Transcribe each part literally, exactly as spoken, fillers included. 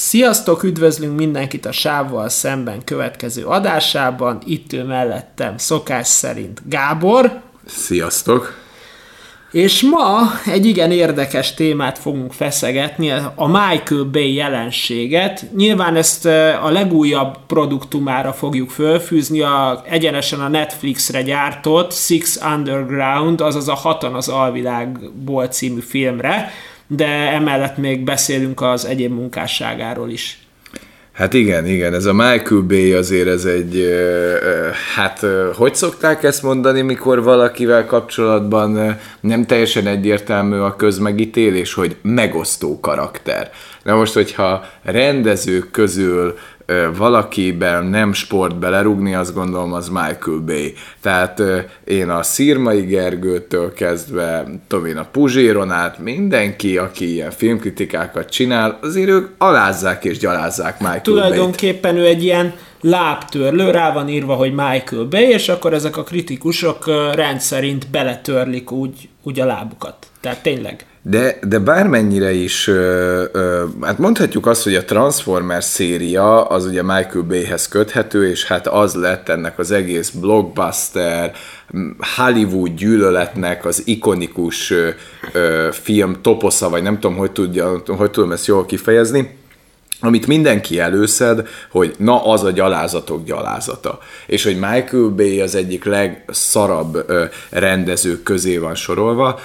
Sziasztok, üdvözlünk mindenkit a Sávval szemben következő adásában. Itt ő mellettem szokás szerint Gábor. Sziasztok! És ma egy igen érdekes témát fogunk feszegetni, a Michael Bay jelenséget. Nyilván ezt a legújabb produktumára fogjuk fölfűzni, a, egyenesen a Netflixre gyártott Six Underground, azaz a Hatan az alvilágból című filmre, de emellett még beszélünk az egyéb munkásságáról is. Hát igen, igen, ez a Michael Bay azért ez egy, hát hogy szokták ezt mondani, mikor valakivel kapcsolatban nem teljesen egyértelmű a közmegítélés, hogy megosztó karakter. Na most, hogyha rendezők közül valakiben nem sport belerúgni, azt gondolom, az Michael Bay. Tehát én a Szirmai Gergőtől kezdve, tudom én, a Puzséron át, mindenki, aki ilyen filmkritikákat csinál, azért ők alázzák és gyalázzák Michael Bay-t. Tulajdonképpen ő egy ilyen lábtörlő, rá van írva, hogy Michael Bay, és akkor ezek a kritikusok rendszerint beletörlik úgy, úgy a lábukat. Tehát tényleg. De, de bármennyire is, ö, ö, hát mondhatjuk azt, hogy a Transformers széria az ugye Michael Bayhez köthető, és hát az lett ennek az egész blockbuster, Hollywood gyűlöletnek az ikonikus ö, ö, film toposza, vagy nem tudom, hogy, tudja, hogy tudom ezt jól kifejezni, amit mindenki előszed, hogy na, az a gyalázatok gyalázata. És hogy Michael Bay az egyik legszarabb ö, rendezők közé van sorolva,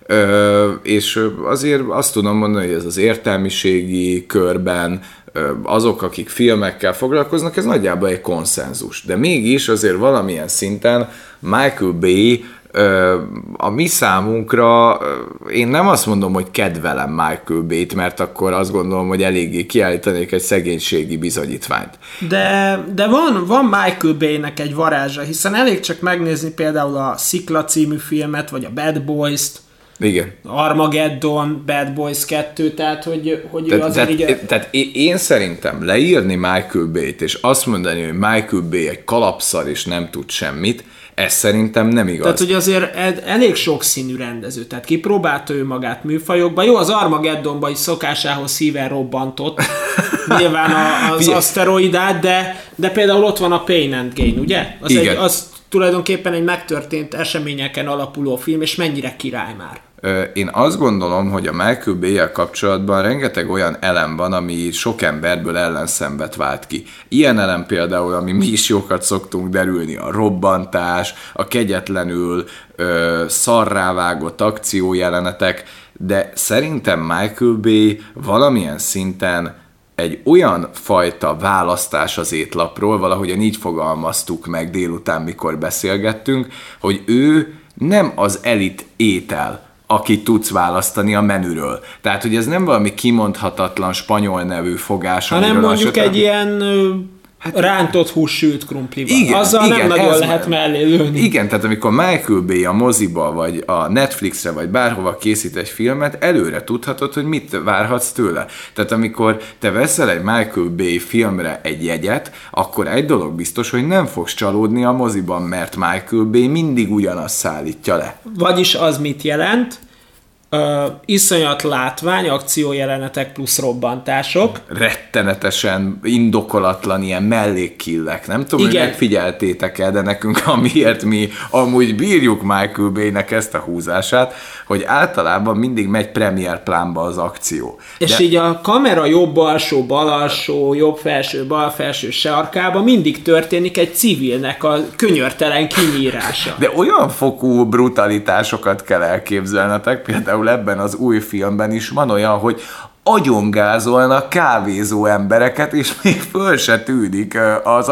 Ö, és azért azt tudom mondani, hogy ez az értelmiségi körben ö, azok, akik filmekkel foglalkoznak, ez nagyjából egy konszenzus. De mégis azért valamilyen szinten Michael Bay ö, a mi számunkra, ö, én nem azt mondom, hogy kedvelem Michael Bayt, mert akkor azt gondolom, hogy eléggé kiállítanék egy szegénységi bizonyítványt. De, de van, van Michael Baynek egy varázsa, hiszen elég csak megnézni például a Szikla című filmet, vagy a Bad Boys-t, igen. Armageddon, Bad Boys kettő, tehát hogy, hogy tehát, azért tehát, így... Tehát én szerintem leírni Michael Bayt, és azt mondani, hogy Michael Bay egy kalapszar, és nem tud semmit, ez szerintem nem igaz. Tehát, hogy azért elég sokszínű rendező, tehát kipróbálta ő magát műfajokban. Jó, az Armageddonban is szokásához szíven robbantott, nyilván az aszteroidát, de, de például ott van a Pain and Gain, ugye? Az, igen. Egy, az tulajdonképpen egy megtörtént eseményeken alapuló film, és mennyire király már. Én azt gondolom, hogy a Michael Bay-jel kapcsolatban rengeteg olyan elem van, ami sok emberből ellenszenvet vált ki. Ilyen elem például, ami mi is jókat szoktunk derülni, a robbantás, a kegyetlenül ö, szarrávágott akciójelenetek, de szerintem Michael Bay valamilyen szinten egy olyan fajta választás az étlapról, valahogyan így fogalmaztuk meg délután, mikor beszélgettünk, hogy ő nem az elit étel, akit tudsz választani a menüről. Tehát, hogy ez nem valami kimondhatatlan spanyol nevű fogás, hanem mondjuk egy ilyen hát, rántott hússült krumplival. Igen, azzal igen, nem nagyon lehet mellé lőni. Igen, tehát amikor Michael Bay a moziba, vagy a Netflixre, vagy bárhova készít egy filmet, előre tudhatod, hogy mit várhatsz tőle. Tehát amikor te veszel egy Michael Bay filmre egy jegyet, akkor egy dolog biztos, hogy nem fogsz csalódni a moziban, mert Michael Bay mindig ugyanazt szállítja le. Vagyis az mit jelent? Uh, iszonyat látvány, akciójelenetek plusz robbantások. Rettenetesen indokolatlan ilyen mellékkillek. Nem tudom, hogy megfigyeltétek-e, de nekünk amiért mi amúgy bírjuk Michael Bay-nek ezt a húzását, hogy általában mindig megy premier plánba az akció. És de... így a kamera jobb alsó, bal alsó, jobb felső, bal felső sarkában mindig történik egy civilnek a könyörtelen kinyírása. De olyan fokú brutalitásokat kell elképzelnetek, például ebben az új filmben is van olyan, hogy agyongázolnak kávézó embereket, és még föl se tűnik az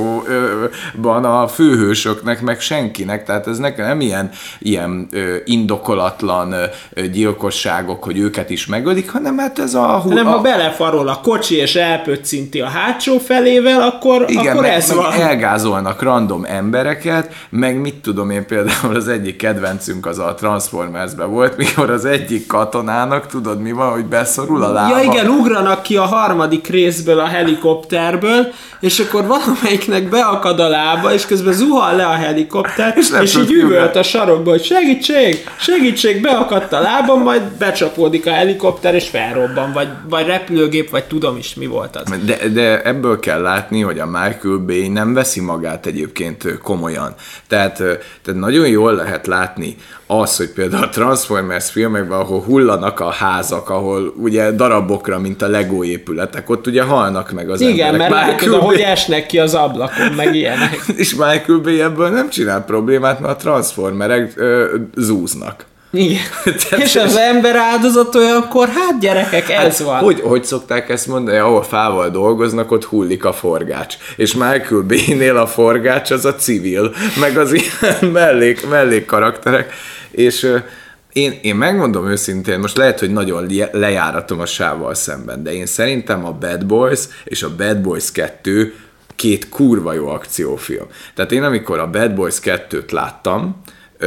akcióban a főhősöknek, meg senkinek, tehát ez nekem nem ilyen, ilyen indokolatlan gyilkosságok, hogy őket is megölik, hanem hát ez a... Hú, hanem a... ha belefarol a kocsi, és elpöccinti a hátsó felével, akkor, igen, akkor meg, ez meg van. elgázolnak random embereket, meg mit tudom én, például az egyik kedvencünk az a Transformersben volt, mikor az egyik katonának, tudod mi van, hogy beszorul hull a lába. Ja igen, ugranak ki a harmadik részből a helikopterből, és akkor valamelyiknek beakad a lába, és közben zuhan le a helikopter, és, és így üvölt a sarokba, hogy segítség, segítség, beakadt a lábam, majd becsapódik a helikopter, és felrobban, vagy, vagy repülőgép, vagy tudom is, mi volt az. De, de ebből kell látni, hogy a Michael Bay nem veszi magát egyébként komolyan. Tehát, tehát nagyon jól lehet látni az, hogy például a Transformers filmekben, ahol hullanak a házak, ahol ugye darabokra, mint a Lego épületek, ott ugye halnak meg az igen, emberek. Igen, mert látod, hogy esnek ki az ablakon, meg ilyenek. És Michael Bay ebből nem csinál problémát, mert a Transformerek ö, zúznak. Igen. És az ember áldozat olyankor, hát gyerekek, ez hát, van. Hogy, hogy szokták ezt mondani, ahol fával dolgoznak, ott hullik a forgács. És Michael Bay-nél a forgács az a civil, meg az ilyen mellék, mellék karakterek. És uh, én, én megmondom őszintén, most lehet, hogy nagyon lejáratom a sávval szemben, de én szerintem a Bad Boys és a Bad Boys kettő két kurva jó akciófilm. Tehát én amikor a Bad Boys kettőt láttam,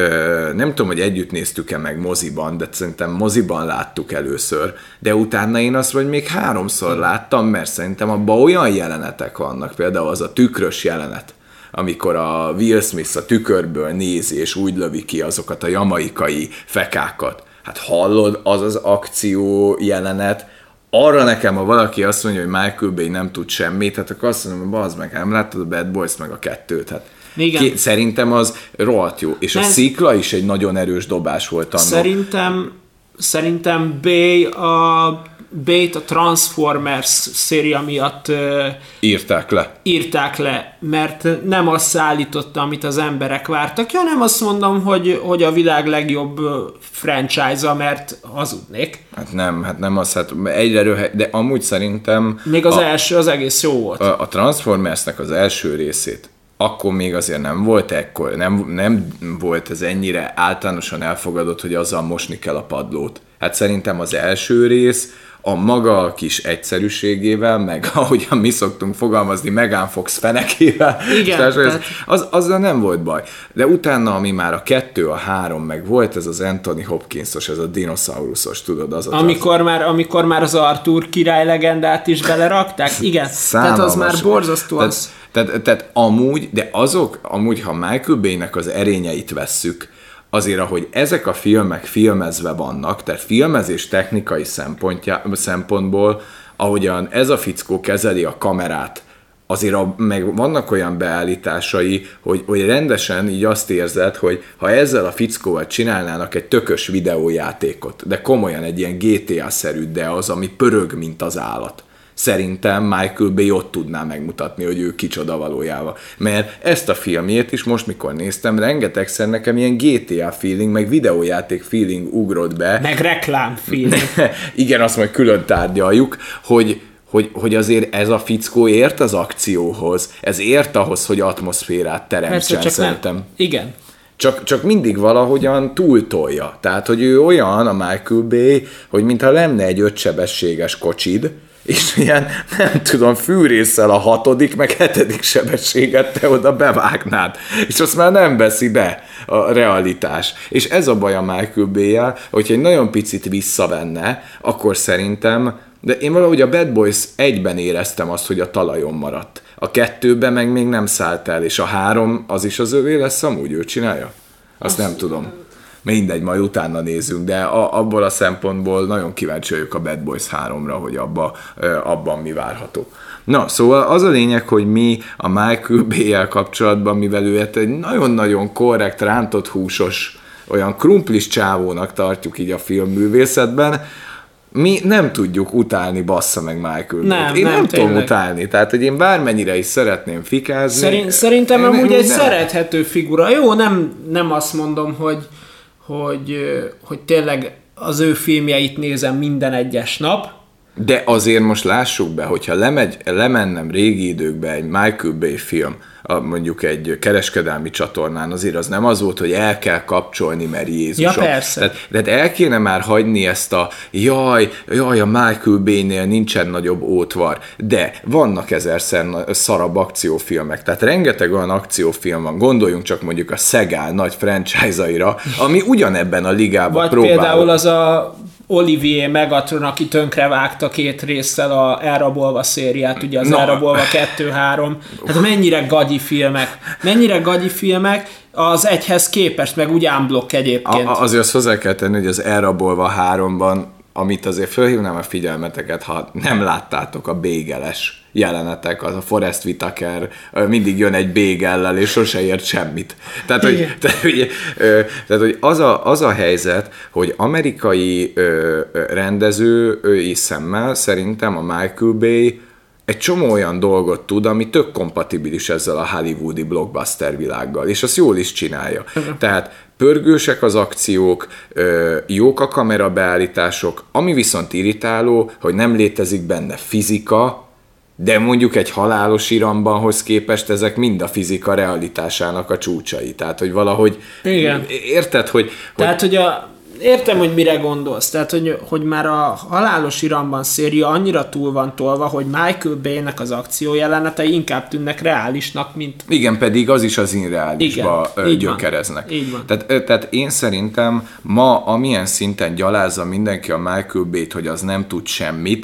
Ö, nem tudom, hogy együtt néztük-e meg moziban, de szerintem moziban láttuk először, de utána én azt vagy még háromszor láttam, mert szerintem abban olyan jelenetek vannak, például az a tükrös jelenet, amikor a Will Smith a tükörből nézi, és úgy lövi ki azokat a jamaikai fekákat. Hát hallod, az az akció jelenet, arra nekem, ha valaki azt mondja, hogy Michael Bay nem tud semmit, hát akkor azt mondom, hogy bazd meg, nem láttad a Bad Boys meg a kettőt, hát Ké, szerintem az rohadt jó. És ez, a szikla is egy nagyon erős dobás volt annak. Szerintem, szerintem Bay a, Bay-t a Transformers széria miatt uh, írták le. Írták le, mert nem azt szállította, amit az emberek vártak. Ja, nem azt mondom, hogy, hogy a világ legjobb franchise-a, mert hazudnék. Hát nem, hát nem az, hát egyre röhe, de amúgy szerintem... Még az a, első, az egész jó volt. A, a Transformersnek az első részét akkor még azért nem volt ekkor, nem, nem volt ez ennyire általánosan elfogadott, hogy azzal mosni kell a padlót. Hát szerintem az első rész a maga kis egyszerűségével, meg ahogyan mi szoktunk fogalmazni, Megan Fox fenekével, igen, tehát, tehát... Az, azzal nem volt baj. De utána, ami már a kettő, a három, meg volt ez az Anthony Hopkinsos, ez a dinoszauruszos, tudod, az a amikor már, amikor már az Arthur király legendát is belerakták, igen, tehát az már borzasztó. Tehát, tehát, tehát amúgy, de azok, amúgy, ha Michael Bay-nek az erényeit vesszük, azért, ahogy ezek a filmek filmezve vannak, tehát filmezés technikai szempontból, ahogyan ez a fickó kezeli a kamerát, azért a, meg vannak olyan beállításai, hogy, hogy rendesen így azt érzed, hogy ha ezzel a fickóval csinálnának egy tökös videójátékot, de komolyan egy ilyen gé té á-szerű, de az, ami pörög, mint az állat. Szerintem Michael Bay ott tudná megmutatni, hogy ő kicsoda valójában. Mert ezt a filmjét is most, mikor néztem, rengetegszer nekem ilyen gé té á feeling, meg videójáték feeling ugrott be. Meg reklám feeling. Igen, azt majd külön tárgyaljuk, hogy, hogy, hogy azért ez a fickó ért az akcióhoz, ez ért ahhoz, hogy atmoszférát teremtsen, szerintem. Nem. Igen. Csak, csak mindig valahogyan túltolja. Tehát, hogy ő olyan, a Michael Bay, hogy mintha lenne egy ötsebességes kocsid, és ilyen, nem tudom, fűrésszel a hatodik, meg hetedik sebességet te oda bevágnád. És azt már nem veszi be a realitás. És ez a baj a Michael Bay-jel, hogyha egy nagyon picit visszavenne, akkor szerintem, de én valahogy a Bad Boys egyben éreztem azt, hogy a talajon maradt. A kettőben meg még nem szállt el, és a három, az is az övé lesz, amúgy ő csinálja? Azt nem tudom. Mindegy, majd utána nézzünk, de a, abból a szempontból nagyon kíváncsi vagyok a Bad Boys háromra, hogy abba, abban mi várható. Na, szóval az a lényeg, hogy mi a Michael Bay-jel kapcsolatban, mivel ő egy nagyon-nagyon korrekt, rántott húsos, olyan krumplis csávónak tartjuk így a filmművészetben, mi nem tudjuk utálni, bassza meg Michael Bay-t. Én nem, nem tudom utálni, tehát hogy én bármennyire is szeretném fikázni. Szerint, szerintem amúgy egy nem. szerethető figura. Jó, nem, nem azt mondom, hogy Hogy, hogy tényleg az ő filmjeit nézem minden egyes nap. De azért most lássuk be, hogyha lemegy, lemennem régi időkbe egy Michael Bay film, mondjuk egy kereskedelmi csatornán, azért az nem az volt, hogy el kell kapcsolni, mert Jézusom. Ja, persze. Tehát, tehát el kéne már hagyni ezt a jaj, jaj, a Michael Bay-nél nincsen nagyobb ótvar, de vannak ezerszer szarabb akciófilmek, tehát rengeteg olyan akciófilm van, gondoljunk csak mondjuk a Seagal nagy franchise-aira, ami ugyanebben a ligában vagy próbál. Például az a Olivier Megatron, aki tönkrevágta két résszel a Elrabolva szériát, ugye az no. Elrabolva kettő három. Hát mennyire gagyi filmek, mennyire gagyi filmek az egyhez képest, meg úgy unblock egyébként. A, azért azt hozzá kell tenni, hogy az Elrabolva háromban, amit azért fölhívnám a figyelmeteket, ha nem láttátok a bégeles jelenetek, az a Forrest Whitaker mindig jön egy bégellel, és sose ért semmit. Tehát, hogy, tehát, hogy, tehát, hogy az, a, az a helyzet, hogy amerikai rendezői szemmel szerintem a Michael Bay egy csomó olyan dolgot tud, ami tök kompatibilis ezzel a hollywoodi blockbuster világgal, és azt jól is csinálja. Uh-huh. Tehát pörgősek az akciók, jók a kamerabeállítások, ami viszont irritáló, hogy nem létezik benne fizika, de mondjuk egy Halálos irambanhoz képest ezek mind a fizika realitásának a csúcsai. Tehát, hogy valahogy... Igen. Érted, hogy... Tehát, hogy, hogy a... Értem, hogy mire gondolsz. Tehát, hogy, hogy már a Halálos iramban széria annyira túl van tolva, hogy Michael Bay-nek az akciójelenetei inkább tűnnek reálisnak, mint... Igen, pedig az is az irreálisba Igen, gyökereznek. Így van. Tehát, tehát én szerintem ma amilyen szinten gyalázza mindenki a Michael Bay-t, hogy az nem tud semmit,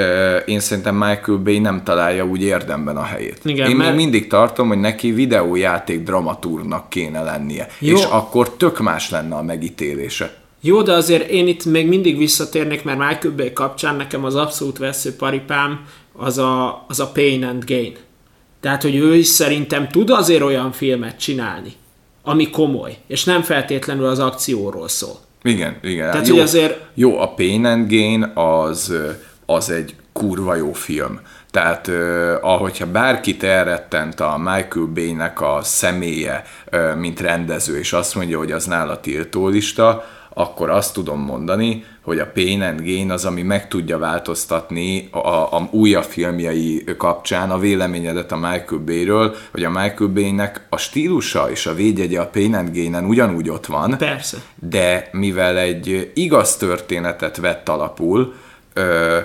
én szerintem Michael Bay nem találja úgy érdemben a helyét. Igen, én mert... még mindig tartom, hogy neki videójáték dramaturgnak kéne lennie. Jó. És akkor tök más lenne a megítélése. Jó, de azért én itt még mindig visszatérnék, mert Michael Bay kapcsán nekem az abszolút veszőparipám az a, az a Pain and Gain. Tehát, hogy ő is szerintem tud azért olyan filmet csinálni, ami komoly, és nem feltétlenül az akcióról szól. Igen, igen. Tehát, jó, hogy azért... jó, a Pain and Gain az, az egy kurva jó film. Tehát ahogyha bárkit elrettent a Michael Bay-nek a személye, mint rendező, és azt mondja, hogy az nála tiltólista, akkor azt tudom mondani, hogy a Pain and Gain az, ami meg tudja változtatni a, a újabb filmjei kapcsán a véleményedet a Michael Bay-ről, hogy a Michael Bay-nek a stílusa és a védjegye a Pain and Gain-en ugyanúgy ott van, persze, de mivel egy igaz történetet vett alapul, ö,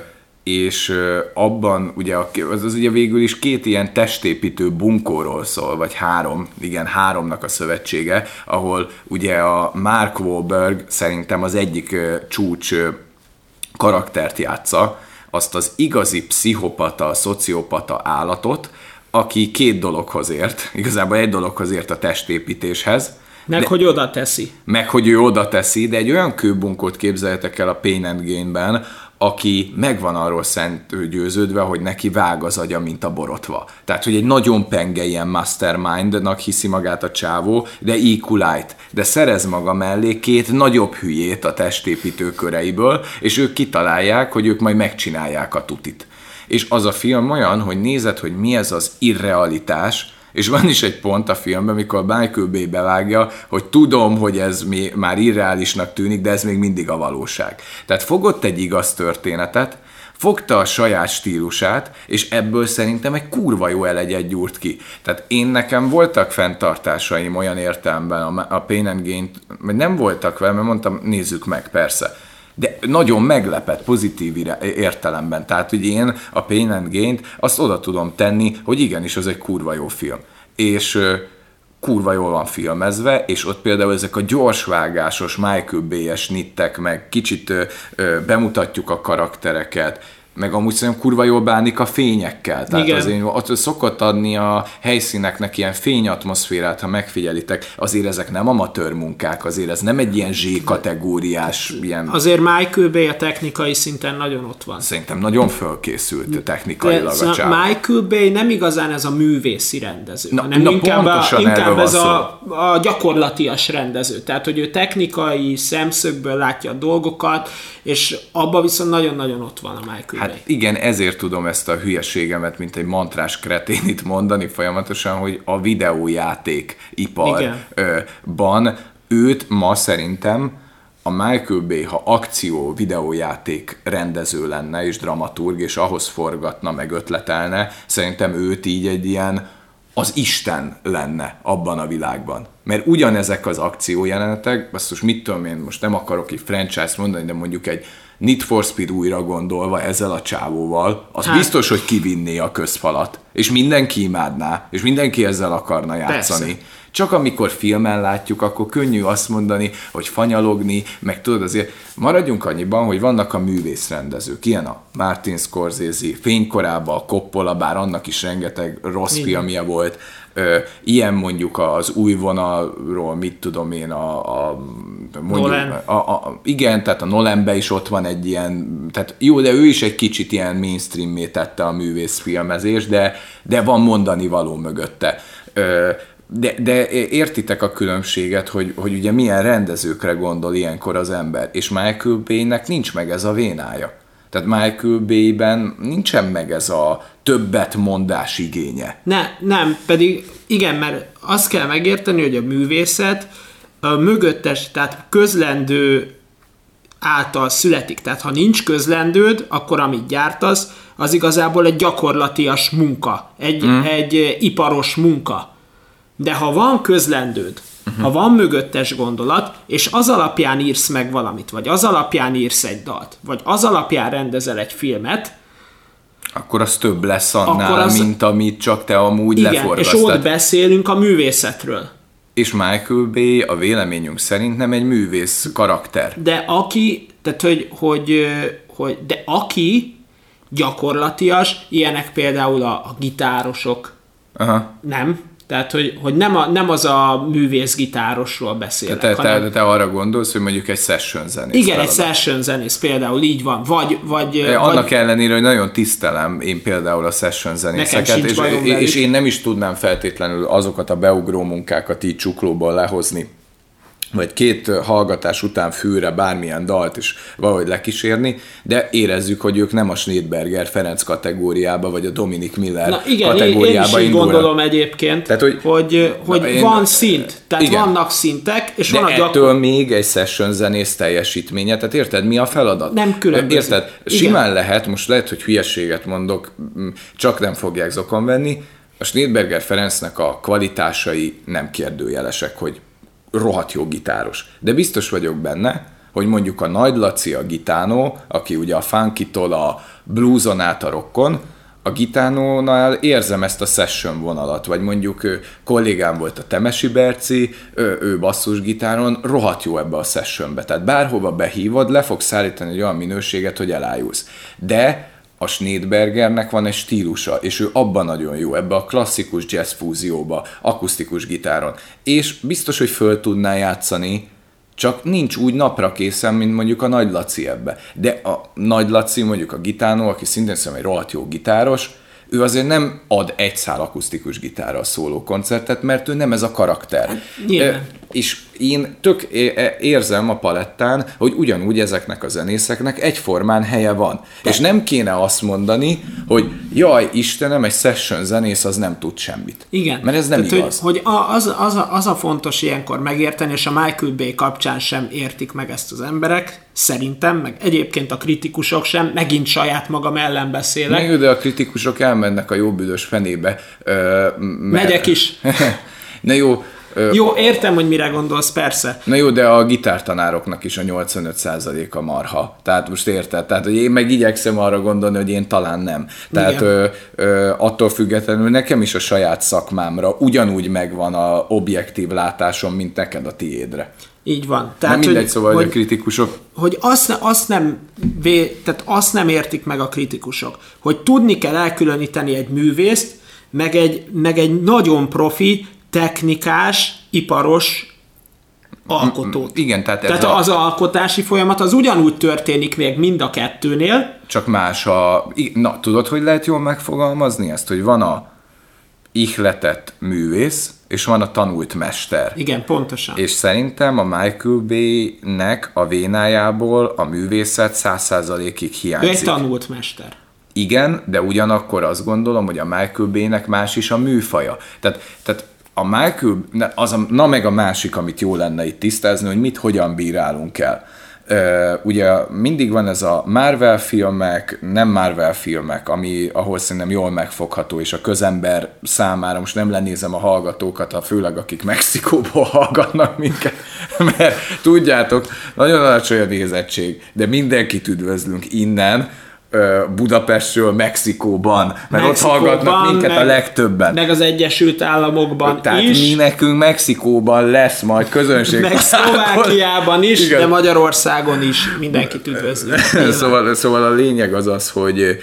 és abban ugye, az, az ugye végül is két ilyen testépítő bunkóról szól, vagy három, igen, háromnak a szövetsége, ahol ugye a Mark Wahlberg szerintem az egyik csúcs karaktert játsza, azt az igazi pszichopata, szociopata állatot, aki két dologhoz ért, igazából egy dologhoz ért a testépítéshez, meg de, hogy oda teszi. Meg hogy ő oda teszi, de egy olyan kőbunkót képzeljetek el a Pain and Gain-ben, aki megvan arról szent győződve, hogy neki vág az agya, mint a borotva. Tehát, hogy egy nagyon penge ilyen mastermindnak hiszi magát a csávó, de é kú Light. De szerez maga mellé két nagyobb hülyét a testépítő köreiből, és ők kitalálják, hogy ők majd megcsinálják a tutit. És az a film olyan, hogy nézed, hogy mi ez az irrealitás, és van is egy pont a filmben, amikor Michael Bay bevágja, hogy tudom, hogy ez már irreálisnak tűnik, de ez még mindig a valóság. Tehát fogott egy igaz történetet, fogta a saját stílusát, és ebből szerintem egy kurva jó elegyet gyúrt ki. Tehát én nekem voltak fenntartásaim olyan értelemben a Pain and Gain, vagy nem voltak vele, mert mondtam, nézzük meg, persze. De nagyon meglepett pozitív értelemben. Tehát, hogy én a Pain and Gain-t azt oda tudom tenni, hogy igenis, az egy kurva jó film. És uh, kurva jól van filmezve, és ott például ezek a gyorsvágásos Michael Bay-es nittek, meg kicsit uh, uh, bemutatjuk a karaktereket, meg amúgy szerintem kurva jól bánik a fényekkel. Tehát igen. Azért ott szokott adni a helyszíneknek ilyen fényatmoszférát, ha megfigyelitek, azért ezek nem amatőr munkák, azért ez nem egy ilyen Z-kategóriás ilyen... Azért Michael Bay a technikai szinten nagyon ott van. Szerintem nagyon fölkészült technikailag a csávó. Michael Bay nem igazán ez a művészi rendező, na, hanem na inkább, a, inkább ez a, a gyakorlatias rendező. Tehát, hogy ő technikai szemszögből látja a dolgokat, és abban viszont nagyon-nagyon ott van a Michael Hát igen, ezért tudom ezt a hülyeségemet, mint egy mantrás kretén itt mondani folyamatosan, hogy a videójáték iparban őt ma szerintem a Michael Bay, ha akció videójáték rendező lenne és dramaturg, és ahhoz forgatna, meg ötletelne, szerintem őt így egy ilyen az Isten lenne abban a világban. Mert ugyanezek az akciójelenetek, basszus, mit tudom én, most nem akarok egy franchise mondani, de mondjuk egy Need for Speed újra gondolva ezzel a csávóval, az hát. biztos, hogy kivinné a közfalat, és mindenki imádná, és mindenki ezzel akarna játszani. Persze. Csak amikor filmen látjuk, akkor könnyű azt mondani, hogy fanyalogni, meg tudod azért, maradjunk annyiban, hogy vannak a művészrendezők, ilyen a Martin Scorsese, fénykorában a Coppola, bár annak is rengeteg rossz igen. filmje volt, Ö, ilyen mondjuk az új vonalról, mit tudom én, a, a, mondjuk, a, a, igen, tehát a Nolanben is ott van egy ilyen, tehát jó, de ő is egy kicsit ilyen mainstream-mé tette a művészfilmezés, de, de van mondani való mögötte. Ö, de, de értitek a különbséget, hogy, hogy ugye milyen rendezőkre gondol ilyenkor az ember, és Michael Bay-nek nincs meg ez a vénája. Tehát Michael Bay-ben nincsen meg ez a többet mondás igénye. Ne, nem, pedig igen, mert azt kell megérteni, hogy a művészet a mögöttes, tehát közlendő által születik. Tehát ha nincs közlendőd, akkor amit gyártasz, az igazából egy gyakorlatias munka, egy, mm. egy iparos munka. De ha van közlendőd, uh-huh. ha van mögöttes gondolat, és az alapján írsz meg valamit, vagy az alapján írsz egy dalt, vagy az alapján rendezel egy filmet, akkor az több lesz annál, az, mint amit csak te amúgy igen, leforgasztad. És ott beszélünk a művészetről. És Michael Bay a véleményünk szerint nem egy művész karakter. De aki, tehát hogy, hogy, hogy de aki gyakorlatias, ilyenek például a, a gitárosok, aha. nem? Tehát, hogy, hogy nem, a, nem az a művész gitárosról beszélek. Te, te, hanem... te, te arra gondolsz, hogy mondjuk egy session zenész. Igen, feladat. Egy session zenész például, így van. Vagy, vagy, Annak vagy... ellenére, hogy nagyon tisztelem én például a session zenészeket, és, és én nem is tudnám feltétlenül azokat a beugró munkákat így csuklóból lehozni, vagy két hallgatás után fűre bármilyen dalt is valahogy lekísérni, de érezzük, hogy ők nem a Schneidberger Ferenc kategóriába, vagy a Dominik Miller na, igen, kategóriába én, én is indulnak. gondolom egyébként, tehát, hogy, hogy, hogy na, én, van szint, tehát igen. vannak szintek, és de van a ettől gyakor... még egy session zenész teljesítménye, tehát érted, mi a feladat? Nem különböző. Érted? Simán igen. lehet, most lehet, hogy hülyeséget mondok, csak nem fogják zokon venni, a Schneidberger Ferencnek a kvalitásai nem kérdőjelesek, hogy rohadt jó gitáros. De biztos vagyok benne, hogy mondjuk a Nagy Laci, a Gitánó, aki ugye a funkitól a blueson át a rockon, a Gitánónál érzem ezt a session vonalat, vagy mondjuk ő, kollégám volt a Temesi Berci, ő, ő basszusgitáron, rohadt jó ebbe a sessionbe. Tehát bárhova behívod, le fogsz szállítani egy olyan minőséget, hogy elájulsz. De a Schneidbergernek van egy stílusa, és ő abban nagyon jó, ebbe a klasszikus jazz fúzióba, akusztikus gitáron. És biztos, hogy föl tudná játszani, csak nincs úgy napra készen, mint mondjuk a Nagy Laci ebbe. De a Nagy Laci, mondjuk a Gitánó, aki szintén szerintem egy rohadt jó gitáros, ő azért nem ad egy szál akusztikus gitárral szóló koncertet, mert ő nem ez a karakter. Yeah. És én tök érzem a palettán, hogy ugyanúgy ezeknek a zenészeknek egyformán helye van. De. És nem kéne azt mondani, hogy jaj, Istenem, egy session zenész az nem tud semmit. Igen. Mert ez nem tehát, igaz. Hogy, hogy az, az, a, az a fontos ilyenkor megérteni, és a Michael Bay kapcsán sem értik meg ezt az emberek, szerintem, meg egyébként a kritikusok sem, megint saját magam ellen beszélek. Meg, de a kritikusok elmennek a jó büdös fenébe. Ö, mert... Megyek is. Na jó, Jó, értem, hogy mire gondolsz, persze. Na jó, de a gitártanároknak is a nyolcvanöt százaléka marha. Tehát most érted? Tehát, hogy én meg igyekszem arra gondolni, hogy én talán nem. Tehát ö, ö, attól függetlenül nekem is a saját szakmámra ugyanúgy megvan a objektív látásom, mint neked a tiédre. Így van. Tehát, nem mindegy, hogy, szóval, hogy, hogy a kritikusok... Hogy azt, azt, nem, tehát azt nem értik meg a kritikusok, hogy tudni kell elkülöníteni egy művészt, meg egy, meg egy nagyon profi, technikás, iparos alkotót. Igen, tehát, tehát a... az alkotási folyamat az ugyanúgy történik még mind a kettőnél. Csak más a... Na, tudod, hogy lehet jól megfogalmazni ezt? Hogy van a ihletett művész, és van a tanult mester. Igen, pontosan. És szerintem a Michael Bay-nek a vénájából a művészet száz százalékig hiányzik. Ő egy tanult mester. Igen, de ugyanakkor azt gondolom, hogy a Michael Bay-nek más is a műfaja. Tehát, tehát a Michael, az a, na meg a másik, amit jó lenne itt tisztázni, hogy mit hogyan bírálunk el. Uh, ugye mindig van ez a Marvel filmek, nem Marvel filmek, ami, ahol szerintem jól megfogható, és a közember számára, most nem lenézem a hallgatókat, a főleg akik Mexikóból hallgatnak minket, mert tudjátok, nagyon alacsony a nézettség, de mindenkit üdvözlünk innen, Budapestről Mexikóban, mert Mexikóban, ott hallgatnak minket meg, a legtöbben. Meg az Egyesült Államokban Tehát is. mi nekünk Mexikóban lesz majd közönség. Meg Szlovákiában is, igen. de Magyarországon is mindenkit üdvözlünk. szóval, szóval a lényeg az az, hogy,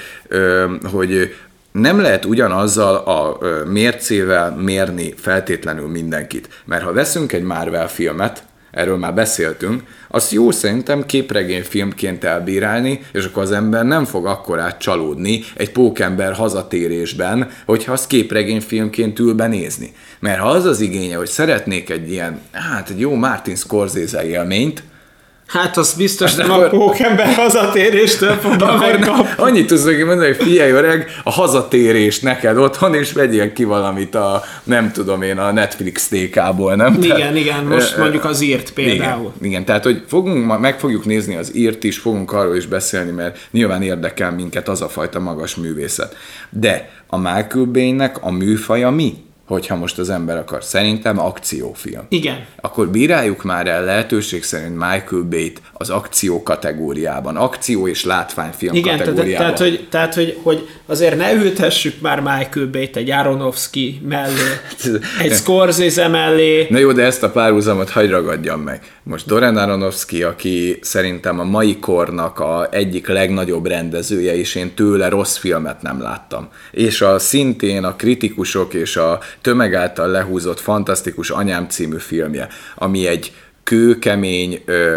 hogy nem lehet ugyanazzal a mércével mérni feltétlenül mindenkit. Mert ha veszünk egy Marvel filmet, erről már beszéltünk, azt jó szerintem képregényfilmként elbírálni, és akkor az ember nem fog akkorát csalódni egy pókember hazatérésben, hogyha azt képregényfilmként ül benézni. Mert ha az az igénye, hogy szeretnék egy ilyen, hát egy jó Martin Scorsese élményt, hát az biztos nem akkor, a pókember hazatéréstől fogja megkapni. Annyit tudsz neki mondani, hogy figyelj öreg, a hazatérés neked otthon, és vegyél ki valamit a, nem tudom én, a Netflix té ká-ból, nem? Igen, tehát, igen, most mondjuk az írt például. Igen, igen, tehát hogy fogunk, meg fogjuk nézni az írt is, fogunk arról is beszélni, mert nyilván érdekel minket az a fajta magas művészet. De a Michael Bay-nek a műfaja mi? Hogyha most az ember akar. Szerintem akciófilm. Igen. Akkor bíráljuk már el lehetőség szerint Michael Bay-t az akció kategóriában. Akció és látványfilm igen, kategóriában. Igen, tehát, hogy, tehát hogy, hogy azért ne ültessük már Michael Bay-t egy Aronofsky mellé, egy Scorsese mellé. Na jó, de ezt a párhuzamot hagy ragadjam meg. Most Darren Aronofsky, aki szerintem a mai kornak a egyik legnagyobb rendezője, és én tőle rossz filmet nem láttam. És a szintén a kritikusok és a tömeg által lehúzott fantasztikus Anyám című filmje, ami egy kőkemény, ö,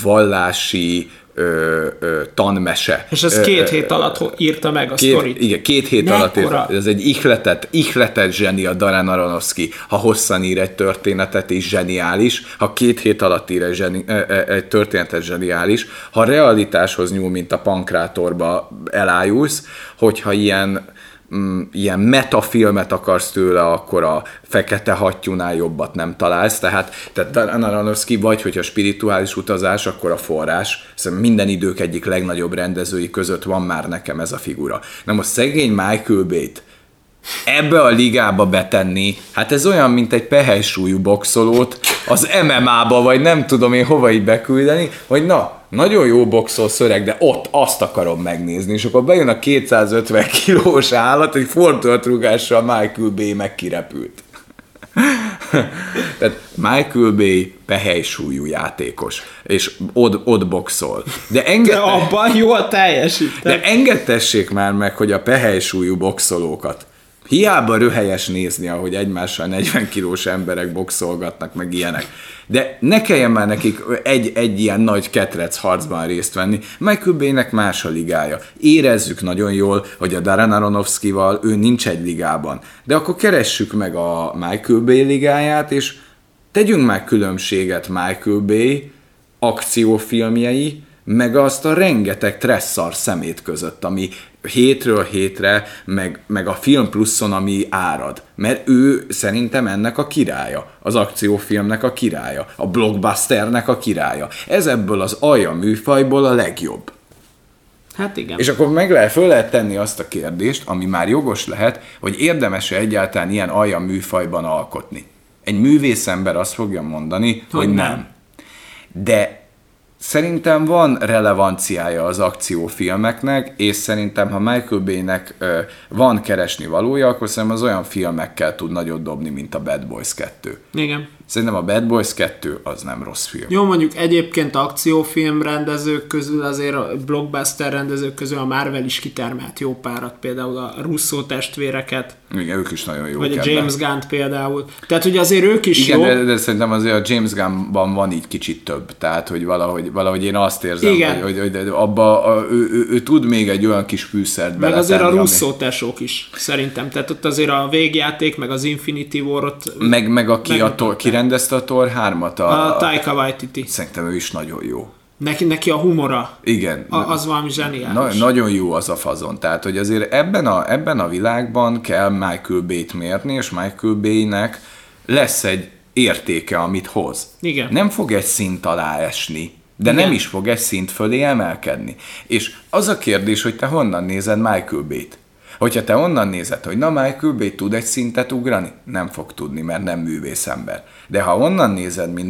vallási ö, ö, tanmese. És ez két ö, hét alatt írta meg a két, sztorit. Igen, két hét Mekkora? alatt írta. Ez egy ihletet, ihletet zseni a Darren Aronofsky. Ha hosszan ír egy történetet, is zseniális. Ha két hét alatt ír egy, zseni, egy történetet, zseniális. Ha realitáshoz nyúl, mint a Pankrátorba elájulsz, hogyha ilyen Mm, ilyen metafilmet akarsz tőle, akkor a Fekete hattyúnál jobbat nem találsz, tehát, tehát Darren Aronofsky vagy, hogyha spirituális utazás, akkor a Forrás. Szerintem minden idők egyik legnagyobb rendezői között van már nekem ez a figura. Na most szegény Michael Bay-t ebbe a ligába betenni, hát ez olyan, mint egy pehely-súlyú boxolót az em em á-ba, vagy nem tudom én hova így beküldeni, hogy na, nagyon jó boxol szöreg, de ott azt akarom megnézni, és akkor bejön a kétszázötven kilós állat, egy fordulat rúgással Michael Bay meg kirepült. Tehát Michael Bay pehely-súlyú játékos, és ott, ott boxol. De, enged... de abban jól teljesít. De engedtessék már meg, hogy a pehely-súlyú boxolókat hiába röhelyes nézni, ahogy egymással negyven kilós emberek boxolgatnak, meg ilyenek. De ne kelljen már nekik egy, egy ilyen nagy ketrec harcban részt venni. Michael Bay-nek más a ligája. Érezzük nagyon jól, hogy a Darren Aronofskyval ő nincs egy ligában. De akkor keressük meg a Michael Bay ligáját, és tegyünk már különbséget Michael Bay akciófilmjei, meg azt a rengeteg tresszar szemét között, ami hétről hétre, meg, meg a Film Pluszon, ami árad. Mert ő szerintem ennek a királya, az akciófilmnek a királya, a blockbusternek a királya. Ez ebből az alja műfajból a legjobb. Hát igen. És akkor meg lehet, föl lehet tenni azt a kérdést, ami már jogos lehet, hogy érdemes-e egyáltalán ilyen alja műfajban alkotni. Egy művészember azt fogja mondani, hogy, hogy nem. nem. De szerintem van relevanciája az akciófilmeknek, és szerintem, ha Michael Bay-nek ö, van keresni valója, akkor szerintem az olyan filmekkel tud nagyot dobni, mint a Bad Boys kettő. Igen. Szerintem a Bad Boys kettő az nem rossz film. Jó, mondjuk egyébként akciófilm rendezők közül, azért a blockbuster rendezők közül a Marvel is kitermelt jó párat, például a Russo testvéreket. Igen, ők is nagyon jók. Vagy a James Gunn például. Tehát ugye azért ők is igen, jó. De, de szerintem azért a James Gunnban van így kicsit több. Tehát, hogy valahogy, valahogy én azt érzem, igen. hogy, hogy, hogy abba a, ő, ő, ő tud még egy olyan kis fűszert meg azért a Russo ami... tesók is, szerintem. Tehát ott azért a végjáték, meg az Infinity War ott... Meg, meg aki a Thor, ki rendezte a Thor hármat? A, a Taika Waititi. Szerintem ő is nagyon jó. Neki, neki a humora. Igen. A, az valami zseniális. Na, nagyon jó az a fazon. Tehát, hogy azért ebben a, ebben a világban kell Michael Bay-t mérni, és Michael Bay-nek lesz egy értéke, amit hoz. Igen. Nem fog egy szint alá esni, de igen. nem is fog egy szint fölé emelkedni. És az a kérdés, hogy te honnan nézed Michael Bay-t? Hogyha te onnan nézed, hogy na Michael Bay tud egy szintet ugrani, nem fog tudni, mert nem művészember. De ha onnan nézed, mint mi,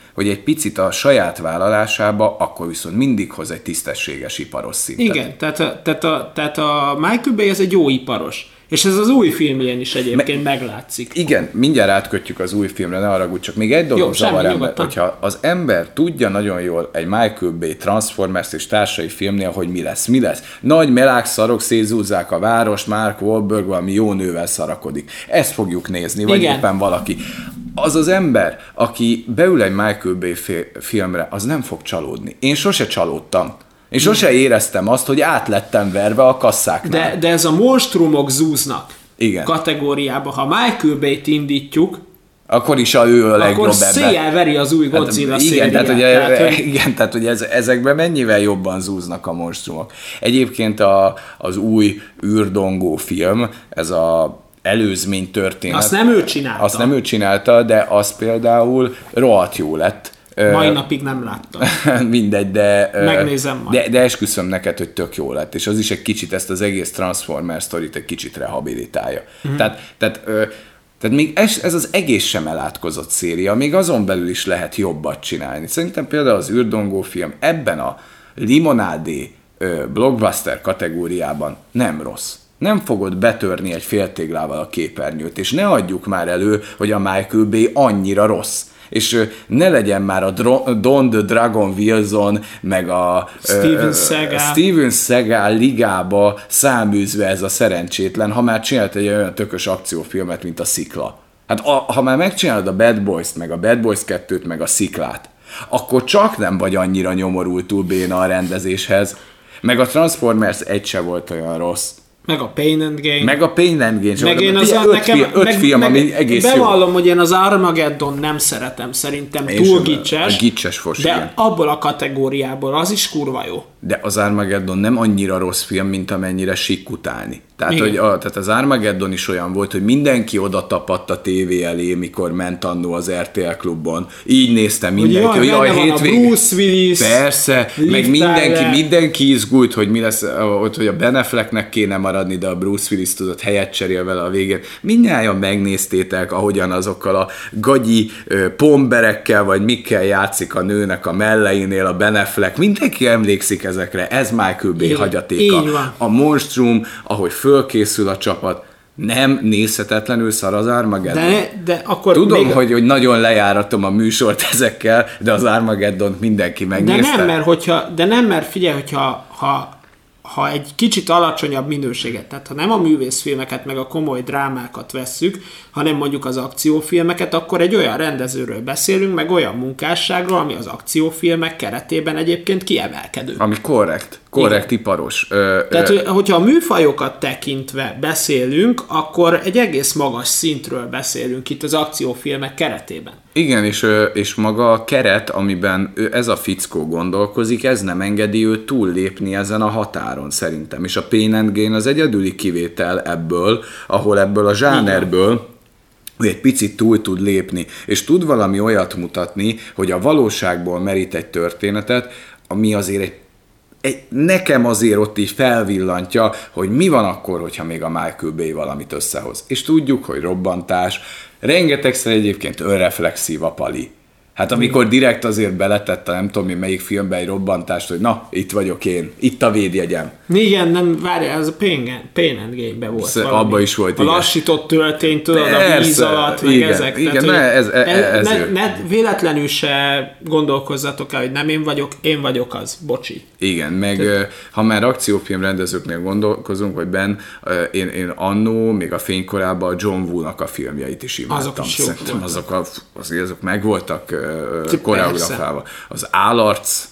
hogy egy picit a saját vállalásába, akkor viszont mindig hoz egy tisztességes iparos szintet. Igen, tehát a, tehát a, tehát a Michael Bay ez egy jó iparos. És ez az új filmjén is egyébként Me- meglátszik. Igen, mindjárt átkötjük az új filmre, ne haragudj, csak még egy dolog zavar ember, hogyha az ember tudja nagyon jól egy Michael Bay Transformers és társai filmnél, hogy mi lesz, mi lesz. Nagy melák szarok szétzúzzák a várost, Mark Wahlberg valami jó nővel szarakodik. Ezt fogjuk nézni, vagy igen. éppen valaki. Az az ember, aki beül egy Michael Bay filmre, az nem fog csalódni. Én sose csalódtam. Én sose éreztem azt, hogy át lettem verve a kasszáknál. De, de ez a monstrumok zúznak igen. kategóriába. Ha Michael Bay-t indítjuk, akkor is a ő a legjobb akkor széjjel veri az új Godzilla hát, igen, tehát, ugye, tehát, hogy... igen, tehát hogy ez, ezekben mennyivel jobban zúznak a monstrumok. Egyébként a, az új űrdongó film, ez a előzmény történet. Azt nem ő csinálta. Azt nem ő csinálta, de az például rohadt jó lett. Mai napig nem láttam. Mindegy, de... Megnézem majd. De, de esküszöm neked, hogy tök jó lett, és az is egy kicsit ezt az egész Transformers sztorit egy kicsit rehabilitálja. Mm-hmm. Tehát, tehát, tehát még ez, ez az egész sem elátkozott széria, még azon belül is lehet jobbat csinálni. Szerintem például az űrdongó film ebben a limonádé blockbuster kategóriában nem rossz. Nem fogod betörni egy féltéglával a képernyőt, és ne adjuk már elő, hogy a Michael Bay annyira rossz. És ne legyen már a Don the Dragon Wilson, meg a Steven Seagal, Steven Seagal ligába száműzve ez a szerencsétlen, ha már csinált egy olyan tökös akciófilmet, mint a Szikla. Hát a, ha már megcsinálod a Bad Boys-t, meg a Bad Boys kettőt, meg a Sziklát, akkor csak nem vagy annyira nyomorultul béna a rendezéshez. Meg a Transformers egy se volt olyan rossz. Meg a Pain and Gain. Meg a Pain and Gain. Meg én az, öt, nekem, film, öt meg, film, meg, ami egész bevallom, jó. Bevallom, hogy én az Armageddon nem szeretem, szerintem én túl gicses. Gicses fos, de igen. abból a kategóriából az is kurva jó. De az Armageddon nem annyira rossz film, mint amennyire sikk utálni. Tehát, hogy a, tehát az Armageddon is olyan volt, hogy mindenki oda tapadt a tévé elé, mikor ment annó az er té el klubon. Így nézte mindenki, hogy jaj, jaj hétvégén. Bruce Willis, persze, meg mindenki, mindenki izgult, hogy mi lesz, hogy a Ben Afflecknek kéne maradni, de a Bruce Willis tudott helyet cserél vele a végén. Mindnyájan megnéztétek, ahogyan azokkal a gagyi pomberekkel, vagy mikkel játszik a nőnek a melleinél a Ben Affleck. Mindenki emlékszik ezekre. Ez Michael Bay hagyatéka. A monstrum, ahogy fölkészül a csapat, nem nézhetetlenül szar az Armageddon. De, de akkor Tudom, még... hogy, hogy nagyon lejáratom a műsort ezekkel, de az Armageddont mindenki megnézte. De nem, mert, hogyha, de nem, mert figyelj, hogyha ha, ha egy kicsit alacsonyabb minőséget, tehát ha nem a művészfilmeket, meg a komoly drámákat vesszük, hanem mondjuk az akciófilmeket, akkor egy olyan rendezőről beszélünk, meg olyan munkásságról, ami az akciófilmek keretében egyébként kiemelkedő. Ami korrekt. Korrekt, iparos. Ö, Tehát, ö, hogyha a műfajokat tekintve beszélünk, akkor egy egész magas szintről beszélünk itt az akciófilmek keretében. Igen, és, és maga a keret, amiben ez a fickó gondolkozik, ez nem engedi őt túllépni ezen a határon szerintem. És a Pain and Gain az egyedüli kivétel ebből, ahol ebből a zsánerből hogy egy picit túl tud lépni, és tud valami olyat mutatni, hogy a valóságból merít egy történetet, ami azért egy Egy, nekem azért ott így felvillantja, hogy mi van akkor, hogyha még a Michael Bay valamit összehoz. És tudjuk, hogy robbantás, rengetegszer egyébként önreflexív a pali. Hát amikor direkt azért beletette, nem tudom én melyik filmbe egy robbantást, hogy na, itt vagyok én, itt a védjegyem. Igen, nem, várjál, ez a Pain, Pain and Gain-ben volt valami. Abba is volt, a igen. lassított töltény, tudod, persze, a víz alatt, meg igen, ezek. Igen, tehát, ne, ez, ez, ez ne, ne, véletlenül se gondolkozzatok el, hogy nem én vagyok, én vagyok az, bocsi. Igen, meg tehát, ha már akciófilm rendezőknél gondolkozunk, vagy Ben, én, én annó, még a fénykorában a John Woo-nak a filmjeit is imádtam. Azok is Szerintem azok, a, azért azok megvoltak koreografálva. Az Állarc.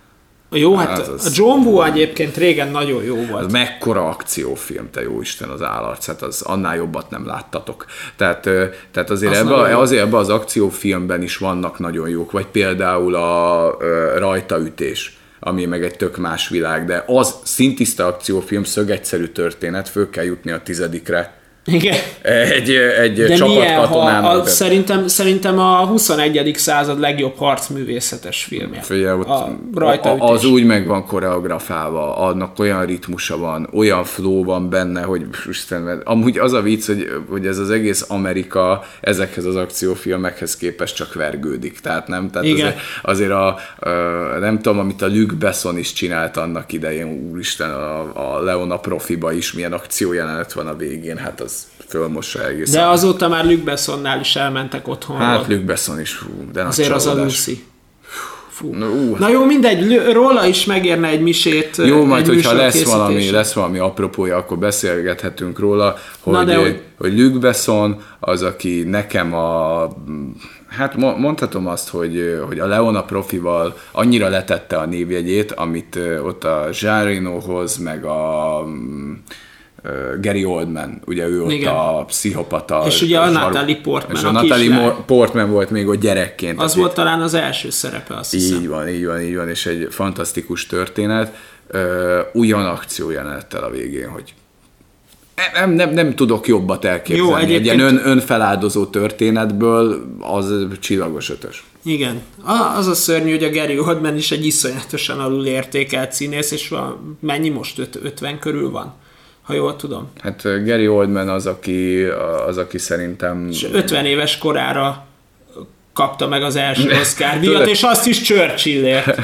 Jó, hát az, az, a John Woo egyébként régen nagyon jó volt. Az mekkora akciófilm, te jó Isten, az Állarc, hát az annál jobbat nem láttatok. Tehát, tehát azért ebben azért ebbe az akciófilmben is vannak nagyon jók, vagy például a, a Rajtaütés, ami meg egy tök más világ, de az szintiszta akciófilm, szögegyszerű történet, föl kell jutni a tizedikre. Igen. Egy, egy De csapatkatonának. Szerintem, szerintem a huszonegyedik század legjobb harcművészetes filmje. Figyelj, ott a, a, az úgy meg van koreografálva, annak olyan ritmusa van, olyan flow van benne, hogy Isten, amúgy az a vicc, hogy, hogy ez az egész Amerika ezekhez az akciófilmekhez képest csak vergődik, tehát nem? Tehát azért, azért a, a, nem tudom, amit a Luc Besson is csinált annak idején, úristen, a, a Leona Profiba is milyen akciójelenet van a végén, hát az fölmossa egész. De azóta már Luc Bessonnál is elmentek otthonról. Hát Luc Besson is, fú, de azért az a Lucy. Fú. Na, uh. Na jó, mindegy, róla is megérne egy misét. Jó, majd hogyha lesz valami, lesz valami apropója, akkor beszélgethetünk róla, hogy, de, hogy... hogy Luc Besson az, aki nekem a... Hát mondhatom azt, hogy, hogy a Leona Profival annyira letette a névjegyét, amit ott a Jean Renohoz, meg a Gary Oldman, ugye ő ott igen. a pszichopata. És ugye a Natalie Portman. És a Natalie Portman volt még ott gyerekként. Az volt talán az első szerepe, azt hiszem. Így van, így van, így van, és egy fantasztikus történet. Ö, ugyan akciójelenettel a végén, hogy nem, nem, nem tudok jobbat elképzelni. Jó, egyébként... Egy ilyen ön, önfeláldozó történetből az csillagos ötös. Igen. Az a szörnyű, hogy a Gary Oldman is egy iszonyatosan alul értékelt színész, és mennyi most? ötven körül van? Ha jól tudom. Hát Gary Oldman az, aki, az, aki szerintem... És ötven éves korára kapta meg az első Oscar díjat, és azt is Churchillért.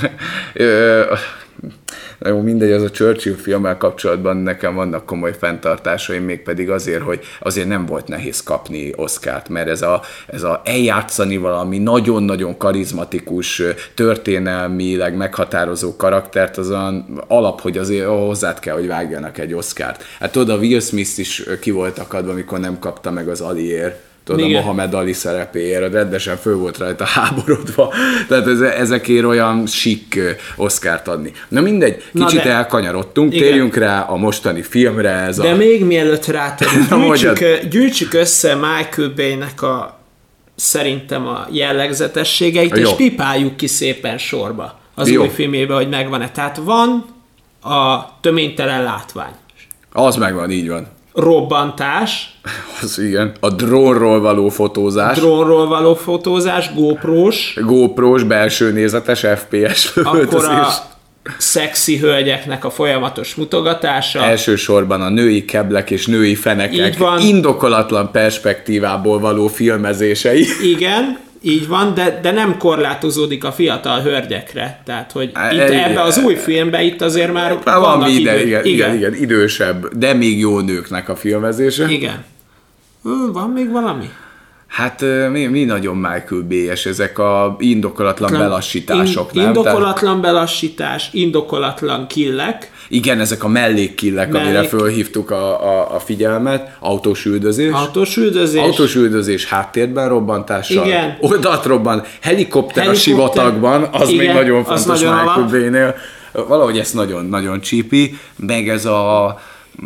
Na jó, mindegy, az a Churchill filmmel kapcsolatban nekem vannak komoly fenntartásaim, mégpedig azért, hogy azért nem volt nehéz kapni Oscart, mert ez a, ez a eljátszani valami nagyon-nagyon karizmatikus, történelmileg meghatározó karaktert, az olyan alap, hogy azért hozzá kell, hogy vágjanak egy Oscart. Hát tudod, a Will Smith is ki volt akadva, amikor nem kapta meg az Aliért. Tudod, a Mohamed Ali szerepéért, rendesen föl volt rajta háborodva, tehát ezekért olyan sik Oscart adni. Na mindegy, kicsit de, elkanyarodtunk, igen. Térjünk rá a mostani filmre. Ez de a... még mielőtt rátérünk, gyűjtsük, gyűjtsük össze Michael Bay-nek a szerintem a jellegzetességeit, jó. És pipáljuk ki szépen sorba az jó. Új filmjében, hogy megvan-e. Tehát van a töménytelen látvány. Az megvan, így van. Robbantás. Az igen. A drónról való fotózás. Drónról való fotózás, GoPro-s. GoPro-s, belső nézetes, ef pé es akkor a szexi hölgyeknek a folyamatos mutogatása. Elsősorban a női keblek és női fenekek indokolatlan perspektívából való filmezései. Igen. Így van, de, de nem korlátozódik a fiatal hölgyekre. Tehát, hogy e, itt e, ebbe az új filmben itt azért már, már van van ide, idő, igen, igen. igen, idősebb, de még jó nőknek a filmezése. Igen. Van még valami? Hát mi, mi nagyon Michael Bay-es, ezek a indokolatlan Klam, belassítások, in, nem? Indokolatlan belassítás, indokolatlan killek. Igen, ezek a mellékkillek, Mellék... amire fölhívtuk a, a, a figyelmet. Autós üldözés. Autós üldözés. Autós üldözés háttérben robbantással. Igen. Oldalt robban, helikopter, helikopter a sivatagban, az igen, még nagyon fontos Michael Bay-nél. Valahogy ez nagyon-nagyon csípi, meg ez a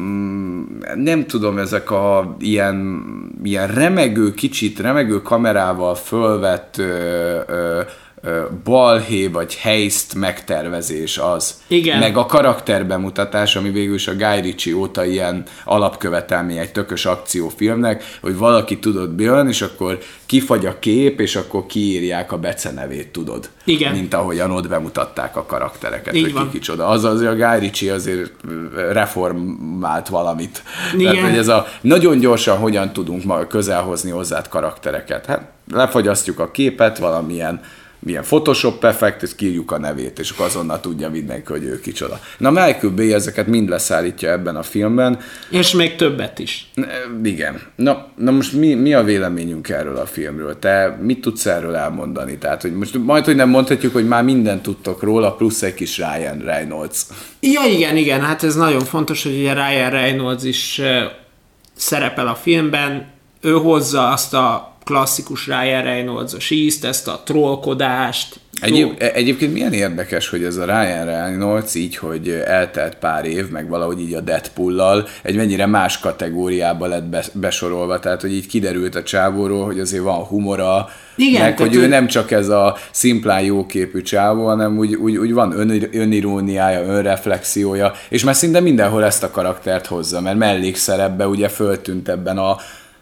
nem tudom, ezek a ilyen, ilyen remegő, kicsit remegő kamerával fölvett ö, ö, balhé vagy heist megtervezés az. Igen. Meg a karakterbemutatás, ami végül is a Guy Ritchie óta ilyen alapkövetelmény egy tökös akciófilmnek, hogy valaki tudod bejön, és akkor kifagy a kép, és akkor kiírják a becenevét, tudod. Igen. Mint ahogyan ott bemutatták a karaktereket, így hogy van. ki kicsoda. Az azért a Guy Ritchie azért reformált valamit. Igen. Tehát, hogy ez a nagyon gyorsan hogyan tudunk ma közelhozni hozzád karaktereket. Hát lefagyasztjuk a képet, valamilyen milyen Photoshop effekt, és kiírjuk a nevét, és akkor azonnal tudja mindenki, hogy ő kicsoda. Na, Michael Bay ezeket mind leszállítja ebben a filmben. És még többet is. Igen. Na, na most mi, mi a véleményünk erről a filmről? Te mit tudsz erről elmondani? Tehát, hogy most majd, hogy nem mondhatjuk, hogy már mindent tudtok róla, plusz egy kis Ryan Reynolds. Ja, igen, igen, hát ez nagyon fontos, hogy ugye Ryan Reynolds is uh, szerepel a filmben, ő hozza azt a klasszikus Ryan Reynolds-os ízt, ezt a trollkodást, Egyéb, egyébként milyen érdekes, hogy ez a Ryan Reynolds így, hogy eltelt pár év, meg valahogy így a Deadpool-lal egy mennyire más kategóriába lett be, besorolva, tehát hogy így kiderült a csávóról, hogy azért van humora, igen, meg hogy ő nem csak ez a szimplán jóképű csávó, hanem úgy, úgy, úgy van ön, öniróniája, önreflexiója, és már szinte mindenhol ezt a karaktert hozza, mert mellékszerepbe ugye föltűnt ebben a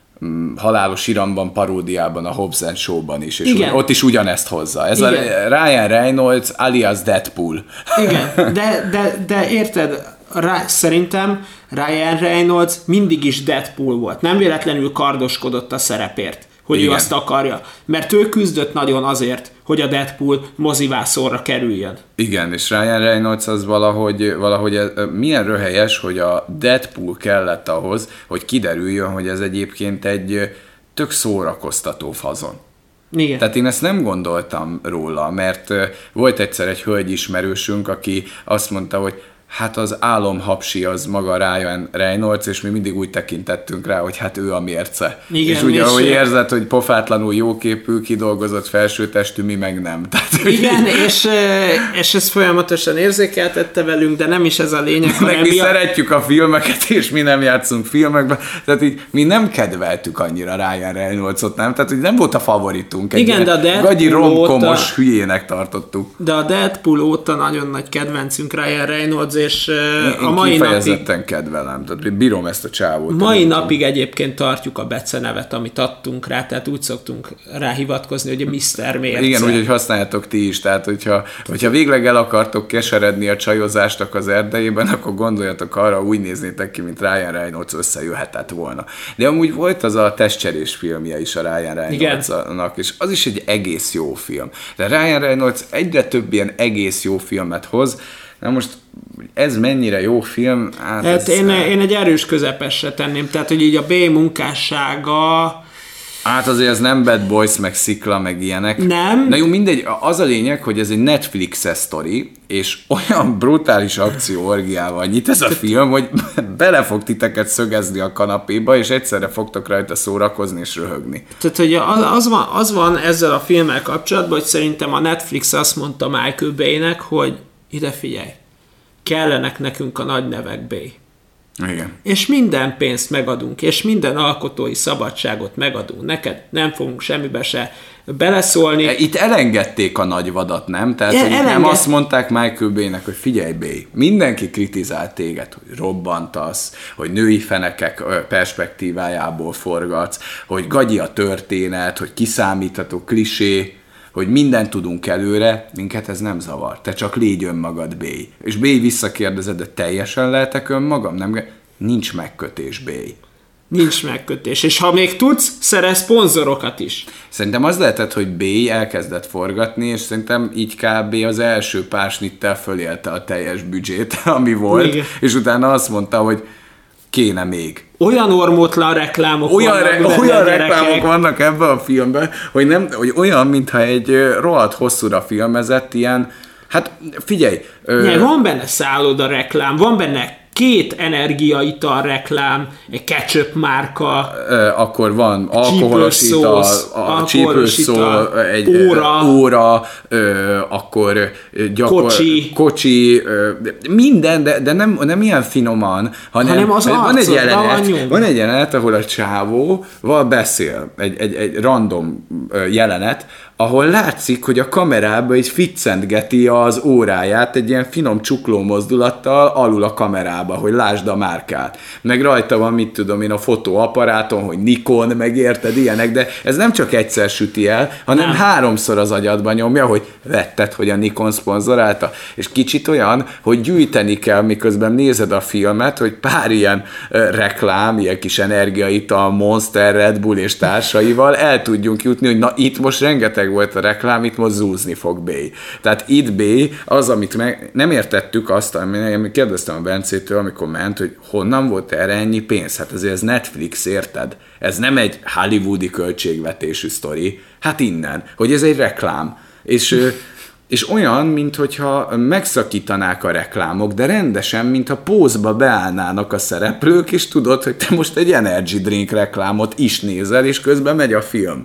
Halálos Iramban, paródiában, a Hobbs and Show-ban is, és úgy, ott is ugyanezt hozza. Ez igen. A Ryan Reynolds alias Deadpool. Igen, de, de, de érted, rá, szerintem Ryan Reynolds mindig is Deadpool volt. Nem véletlenül kardoskodott a szerepért, hogy igen. ő azt akarja. Mert ő küzdött nagyon azért, hogy a Deadpool mozivászorra kerüljön. Igen, és Ryan Reynolds az valahogy, valahogy milyen röhelyes, hogy a Deadpool kellett ahhoz, hogy kiderüljön, hogy ez egyébként egy tök szórakoztató fazon. Igen. Tehát én ezt nem gondoltam róla, mert volt egyszer egy hölgyismerősünk, aki azt mondta, hogy hát az álomhapsi az maga Ryan Reynolds, és mi mindig úgy tekintettünk rá, hogy hát ő a mérce. Igen, és ugye, ahogy érzed, hogy pofátlanul jóképű, kidolgozott felsőtestű, mi meg nem. Tehát, igen, és, és ezt folyamatosan érzékeltette velünk, de nem is ez a lényeg. Meg mi a... szeretjük a filmeket, és mi nem játszunk filmekben, tehát így mi nem kedveltük annyira Ryan Reynoldsot, nem? Tehát hogy nem volt a favoritunk. Egy igen, de a Deadpool gagyi romkomos óta... hülyének tartottuk. De a Deadpool óta nagyon nagy kedvencünk Ryan Reynolds, és én a mai kifejezetten napig... kedvelem, tehát bírom ezt a csávót. Mai napig egyébként tartjuk a becenevet, amit adtunk rá, tehát úgy szoktunk rá hivatkozni, hogy a miszter Mérce. Igen, úgy, hogy használjátok ti is, tehát hogyha, hogyha végleg el akartok keseredni a csajozástak az erdejében, akkor gondoljatok arra, úgy néznétek ki, mint Ryan Reynolds összejöhetett volna. De amúgy volt az a testcserés filmje is a Ryan Reynoldsnak, és az is egy egész jó film. De Ryan Reynolds egyre több ilyen egész jó filmet hoz. Na most ez mennyire jó film? Hát, hát én, én egy erős közepesre tenném, tehát hogy így a B munkássága... Hát azért ez nem Bad Boys, meg Szikla, meg ilyenek. Nem. Na jó, mindegy, az a lényeg, hogy ez egy Netflix-es sztori, és olyan brutális akcióorgiával nyit ez a film, hogy bele fog titeket szögezni a kanapéba, és egyszerre fogtok rajta szórakozni és röhögni. Tehát, hogy az van, az van ezzel a filmmel kapcsolatban, hogy szerintem a Netflix azt mondta Michael Bay-nek, hogy ide figyelj, kellenek nekünk a nagy nevek, Bay. Igen. És minden pénzt megadunk, és minden alkotói szabadságot megadunk neked, nem fogunk semmibe se beleszólni. Itt elengedték a nagy vadat, nem? Tehát e, elenged... nem azt mondták Michael Bay-nek, hogy figyelj, Bay, mindenki kritizált téged, hogy robbantasz, hogy női fenekek perspektívájából forgatsz, hogy gagyi a történet, hogy kiszámítható klisé, hogy mindent tudunk előre, minket ez nem zavar. Te csak légy önmagad, Bay. És Bay visszakérdezed, de teljesen lehetek önmagam? Nem, nincs megkötés, Bay. Nincs megkötés. És ha még tudsz, szerez szponzorokat is. Szerintem az lehetett, hogy Bay elkezdett forgatni, és szerintem így kb. Az első pár snittel fölélte a teljes büdzsét, ami volt, igen. És utána azt mondta, hogy kéne még. Olyan ormótlan reklámok olyan vannak. Re- olyan reklámok vannak ebben a filmben, hogy, nem, hogy olyan, mintha egy rohadt hosszúra filmezett ilyen, hát figyelj. Ne, ö... Van benne szálloda reklám, van benne két energiaital reklám, egy ketchup márka, Ö, akkor van alkoholos ital, a csípőszó, egy óra, óra ö, akkor gyakor, kocsi, kocsi ö, minden, de, de nem, nem ilyen finoman, hanem, hanem az van, egy jelenet, van egy jelenet, ahol a csávóval beszél, egy, egy, egy random jelenet, ahol látszik, hogy a kamerában így ficcentgeti az óráját egy ilyen finom csukló mozdulattal alul a kamerába, hogy lásd a márkát. Meg rajta van, mit tudom én, a fotóaparáton, hogy Nikon, meg érted, ilyenek, de ez nem csak egyszer süti el, hanem nem. háromszor az agyadba nyomja, hogy vetted, hogy a Nikon szponzorálta. És kicsit olyan, hogy gyűjteni kell, miközben nézed a filmet, hogy pár ilyen uh, reklám, ilyen kis energiaital, Monster, Red Bull és társaival el tudjunk jutni, hogy na itt most rengeteg volt a reklám, itt most zúzni fog Bay. Tehát itt Bay az, amit meg nem értettük azt, amit kérdeztem a Bencétől, amikor ment, hogy honnan volt erre ennyi pénz? Hát azért ez Netflix, érted? Ez nem egy hollywoodi költségvetésű sztori. Hát innen, hogy ez egy reklám. És, és olyan, minthogyha megszakítanák a reklámok, de rendesen, mintha pózba beállnának a szereplők, és tudod, hogy te most egy energy drink reklámot is nézel, és közben megy a film.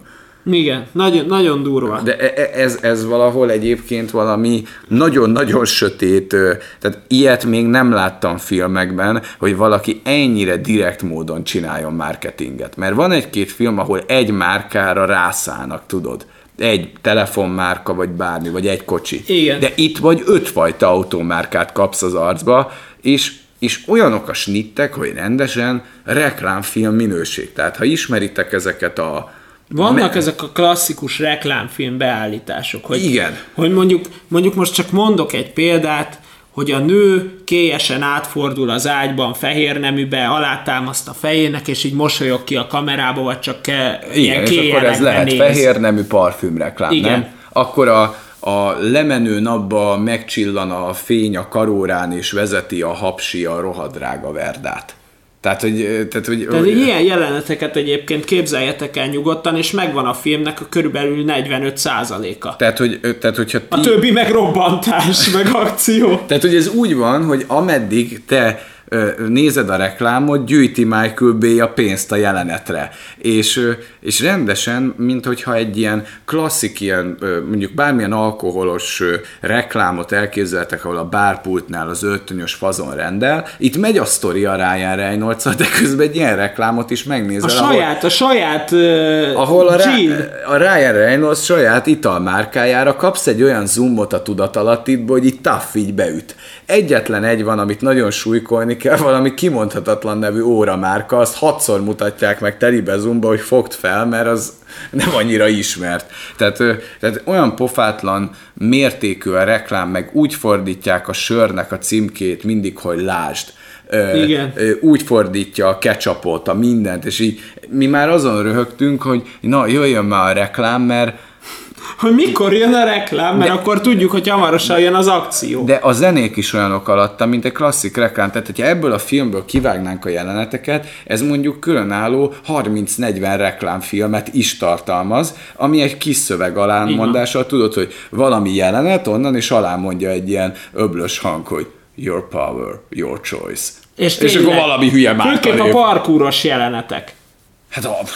Igen, nagyon, nagyon durva. De ez, ez valahol egyébként valami nagyon-nagyon sötét, tehát ilyet még nem láttam filmekben, hogy valaki ennyire direkt módon csináljon marketinget. Mert van egy-két film, ahol egy márkára rászállnak, tudod. Egy telefonmárka, vagy bármi, vagy egy kocsi. Igen. De itt vagy ötfajta autómárkát kapsz az arcba, és és olyanok a snittek, hogy rendesen reklámfilm minőség. Tehát ha ismeritek ezeket a... Vannak me- ezek a klasszikus reklámfilm beállítások, hogy, Igen. hogy mondjuk, mondjuk most csak mondok egy példát, hogy a nő kélyesen átfordul az ágyban fehér neműbe, alátámaszt a fejének, és így mosolyog ki a kamerába, vagy csak ke- Igen, és akkor ez lehet néz. fehér nemű parfümreklám, Igen. nem? Akkor a a lemenő napba megcsillan a fény a karórán, és vezeti a hapsi a rohadrága Verdát. Tehát, hogy... Tehát, hogy, tehát hogy ilyen jeleneteket egyébként képzeljetek el nyugodtan, és megvan a filmnek a körülbelül negyvenöt százaléka. Tehát, hogy, tehát, hogyha ti... A többi meg robbantás, meg akció. Tehát, hogy ez úgy van, hogy ameddig te nézed a reklámot, gyűjti Michael Bay a pénzt a jelenetre. És, és rendesen, mint hogyha egy ilyen klasszik, ilyen, mondjuk bármilyen alkoholos reklámot elképzeltek, ahol a bárpultnál az öltönyös fazon rendel, itt megy a sztori a Ryan Reynolds-al, de közben egy ilyen reklámot is megnézel. A saját, ahol, a saját uh, ahol a, a Ryan Reynolds saját italmárkájára kapsz egy olyan zoomot a tudatalattidba, hogy itt taff így beüt. Egyetlen egy van, amit nagyon súlykolni kell, valami kimondhatatlan nevű óramárka, azt hatszor mutatják meg telibe zoomba, hogy fogd fel, mert az nem annyira ismert. Tehát, tehát olyan pofátlan mértékű a reklám, meg úgy fordítják a sörnek a címkét mindig, hogy lásd. Igen. Úgy fordítja a ketchupot, a mindent, és így mi már azon röhögtünk, hogy na, jöjjön már a reklám, mert hogy mikor jön a reklám, mert de, akkor tudjuk, hogy hamarosan jön az akció. De a zenék is olyanok alatta, mint egy klasszik reklám. Tehát, hogyha ebből a filmből kivágnánk a jeleneteket, ez mondjuk különálló harminc-negyven reklámfilmet is tartalmaz, ami egy kis szöveg alámondással tudod, hogy valami jelenet onnan, és alá mondja egy ilyen öblös hang, hogy your power, your choice. És, és akkor valami hülye márka. Főképp a parkúros jelenetek. Hát a...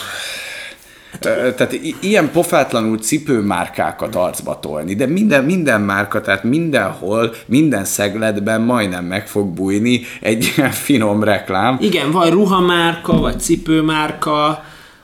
Tehát i- ilyen pofátlanul cipőmárkákat arcba tolni, de minden, minden márka, tehát mindenhol, minden szegletben majdnem meg fog bújni egy ilyen finom reklám. Igen, vagy ruhamárka, vagy cipőmárka.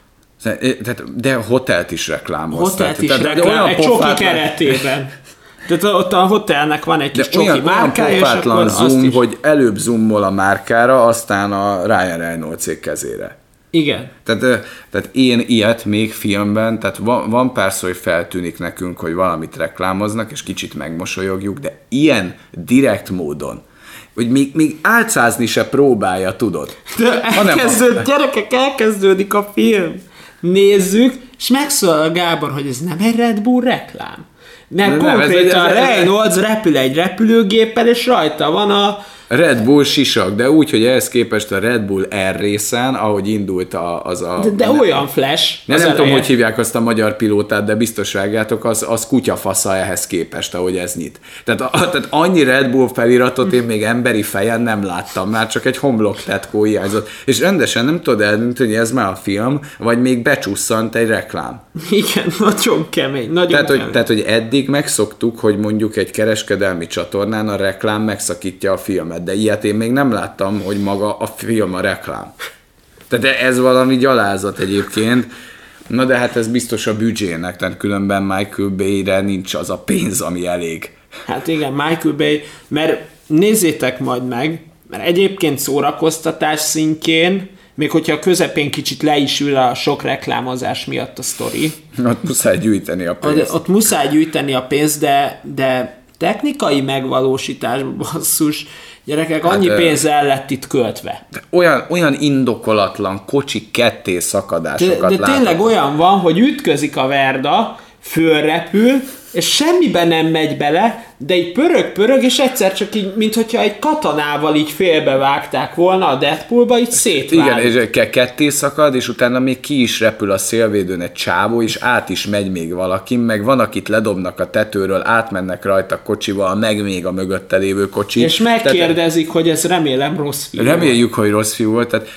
Tehát, de hotelt is reklámoz. Hotelt is tehát, reklám, egy csoki keretében. Tehát ott a hotelnek van egy kis csoki olyan, márkája, olyan pofátlan és akkor zoom, azt is... hogy előbb zoomol a márkára, aztán a Ryan Reynolds kezére. Igen. Tehát, tehát én ilyet még filmben, tehát van, van párszor, hogy feltűnik nekünk, hogy valamit reklámoznak, és kicsit megmosolyogjuk, de ilyen direkt módon, hogy még, még álcázni se próbálja, tudod. De elkezdőd, a... gyerekek, elkezdődik a film. Nézzük, és megszólal a Gábor, hogy ez nem egy Red Bull reklám. Nem, nem konkrétan ez, ez, ez, Reynolds repül egy repülőgéppel, és rajta van a Red Bull sisak, de úgy, hogy ehhez képest a Red Bull R részen, ahogy indult a, az a... De, de nem, olyan flash. Nem, nem tudom, hogy hívják azt a magyar pilótát, de biztos vágjátok, az, az kutyafasza ehhez képest, ahogy ez nyit. Tehát, a, tehát annyi Red Bull feliratot én még emberi fejen nem láttam, már csak egy homloktetkó hiányzott. És rendesen nem tudod eldönteni, hogy ez már a film, vagy még becsusszant egy reklám. Igen, nagyon kemény, nagyon tehát, kemény. Hogy, tehát, hogy eddig megszoktuk, hogy mondjuk egy kereskedelmi csatornán a reklám megszakítja a filmet, de ilyet én még nem láttam, hogy maga a film a reklám. Tehát ez valami gyalázat egyébként. Na de hát ez biztos a büdzsének, tehát különben Michael Bay-re nincs az a pénz, ami elég. Hát igen, Michael Bay, mert nézzétek majd meg, mert egyébként szórakoztatás szintjén, még hogyha a közepén kicsit le is ül a sok reklámozás miatt a sztori. Ott muszáj gyűjteni a pénzt. Ott, ott muszáj gyűjteni a pénzt, de, de technikai megvalósításban basszus, gyerekek, annyi hát, pénz el lett itt költve. De olyan, olyan indokolatlan kocsi ketté szakadásokat De, de tényleg olyan van, hogy ütközik a Verda, fölrepül, és semmiben nem megy bele, de így pörög-pörög, és egyszer csak így, minthogyha egy katonával így félbevágták volna a Deadpoolba, így szétvág. Igen, és ketté szakad, és utána még ki is repül a szélvédőn egy csávó, és át is megy még valakin, meg van, akit ledobnak a tetőről, átmennek rajta kocsival, meg még a mögötte lévő kocsi. És megkérdezik, tehát, hogy ez remélem rossz fiú. Reméljük, hogy rossz fiú volt, tehát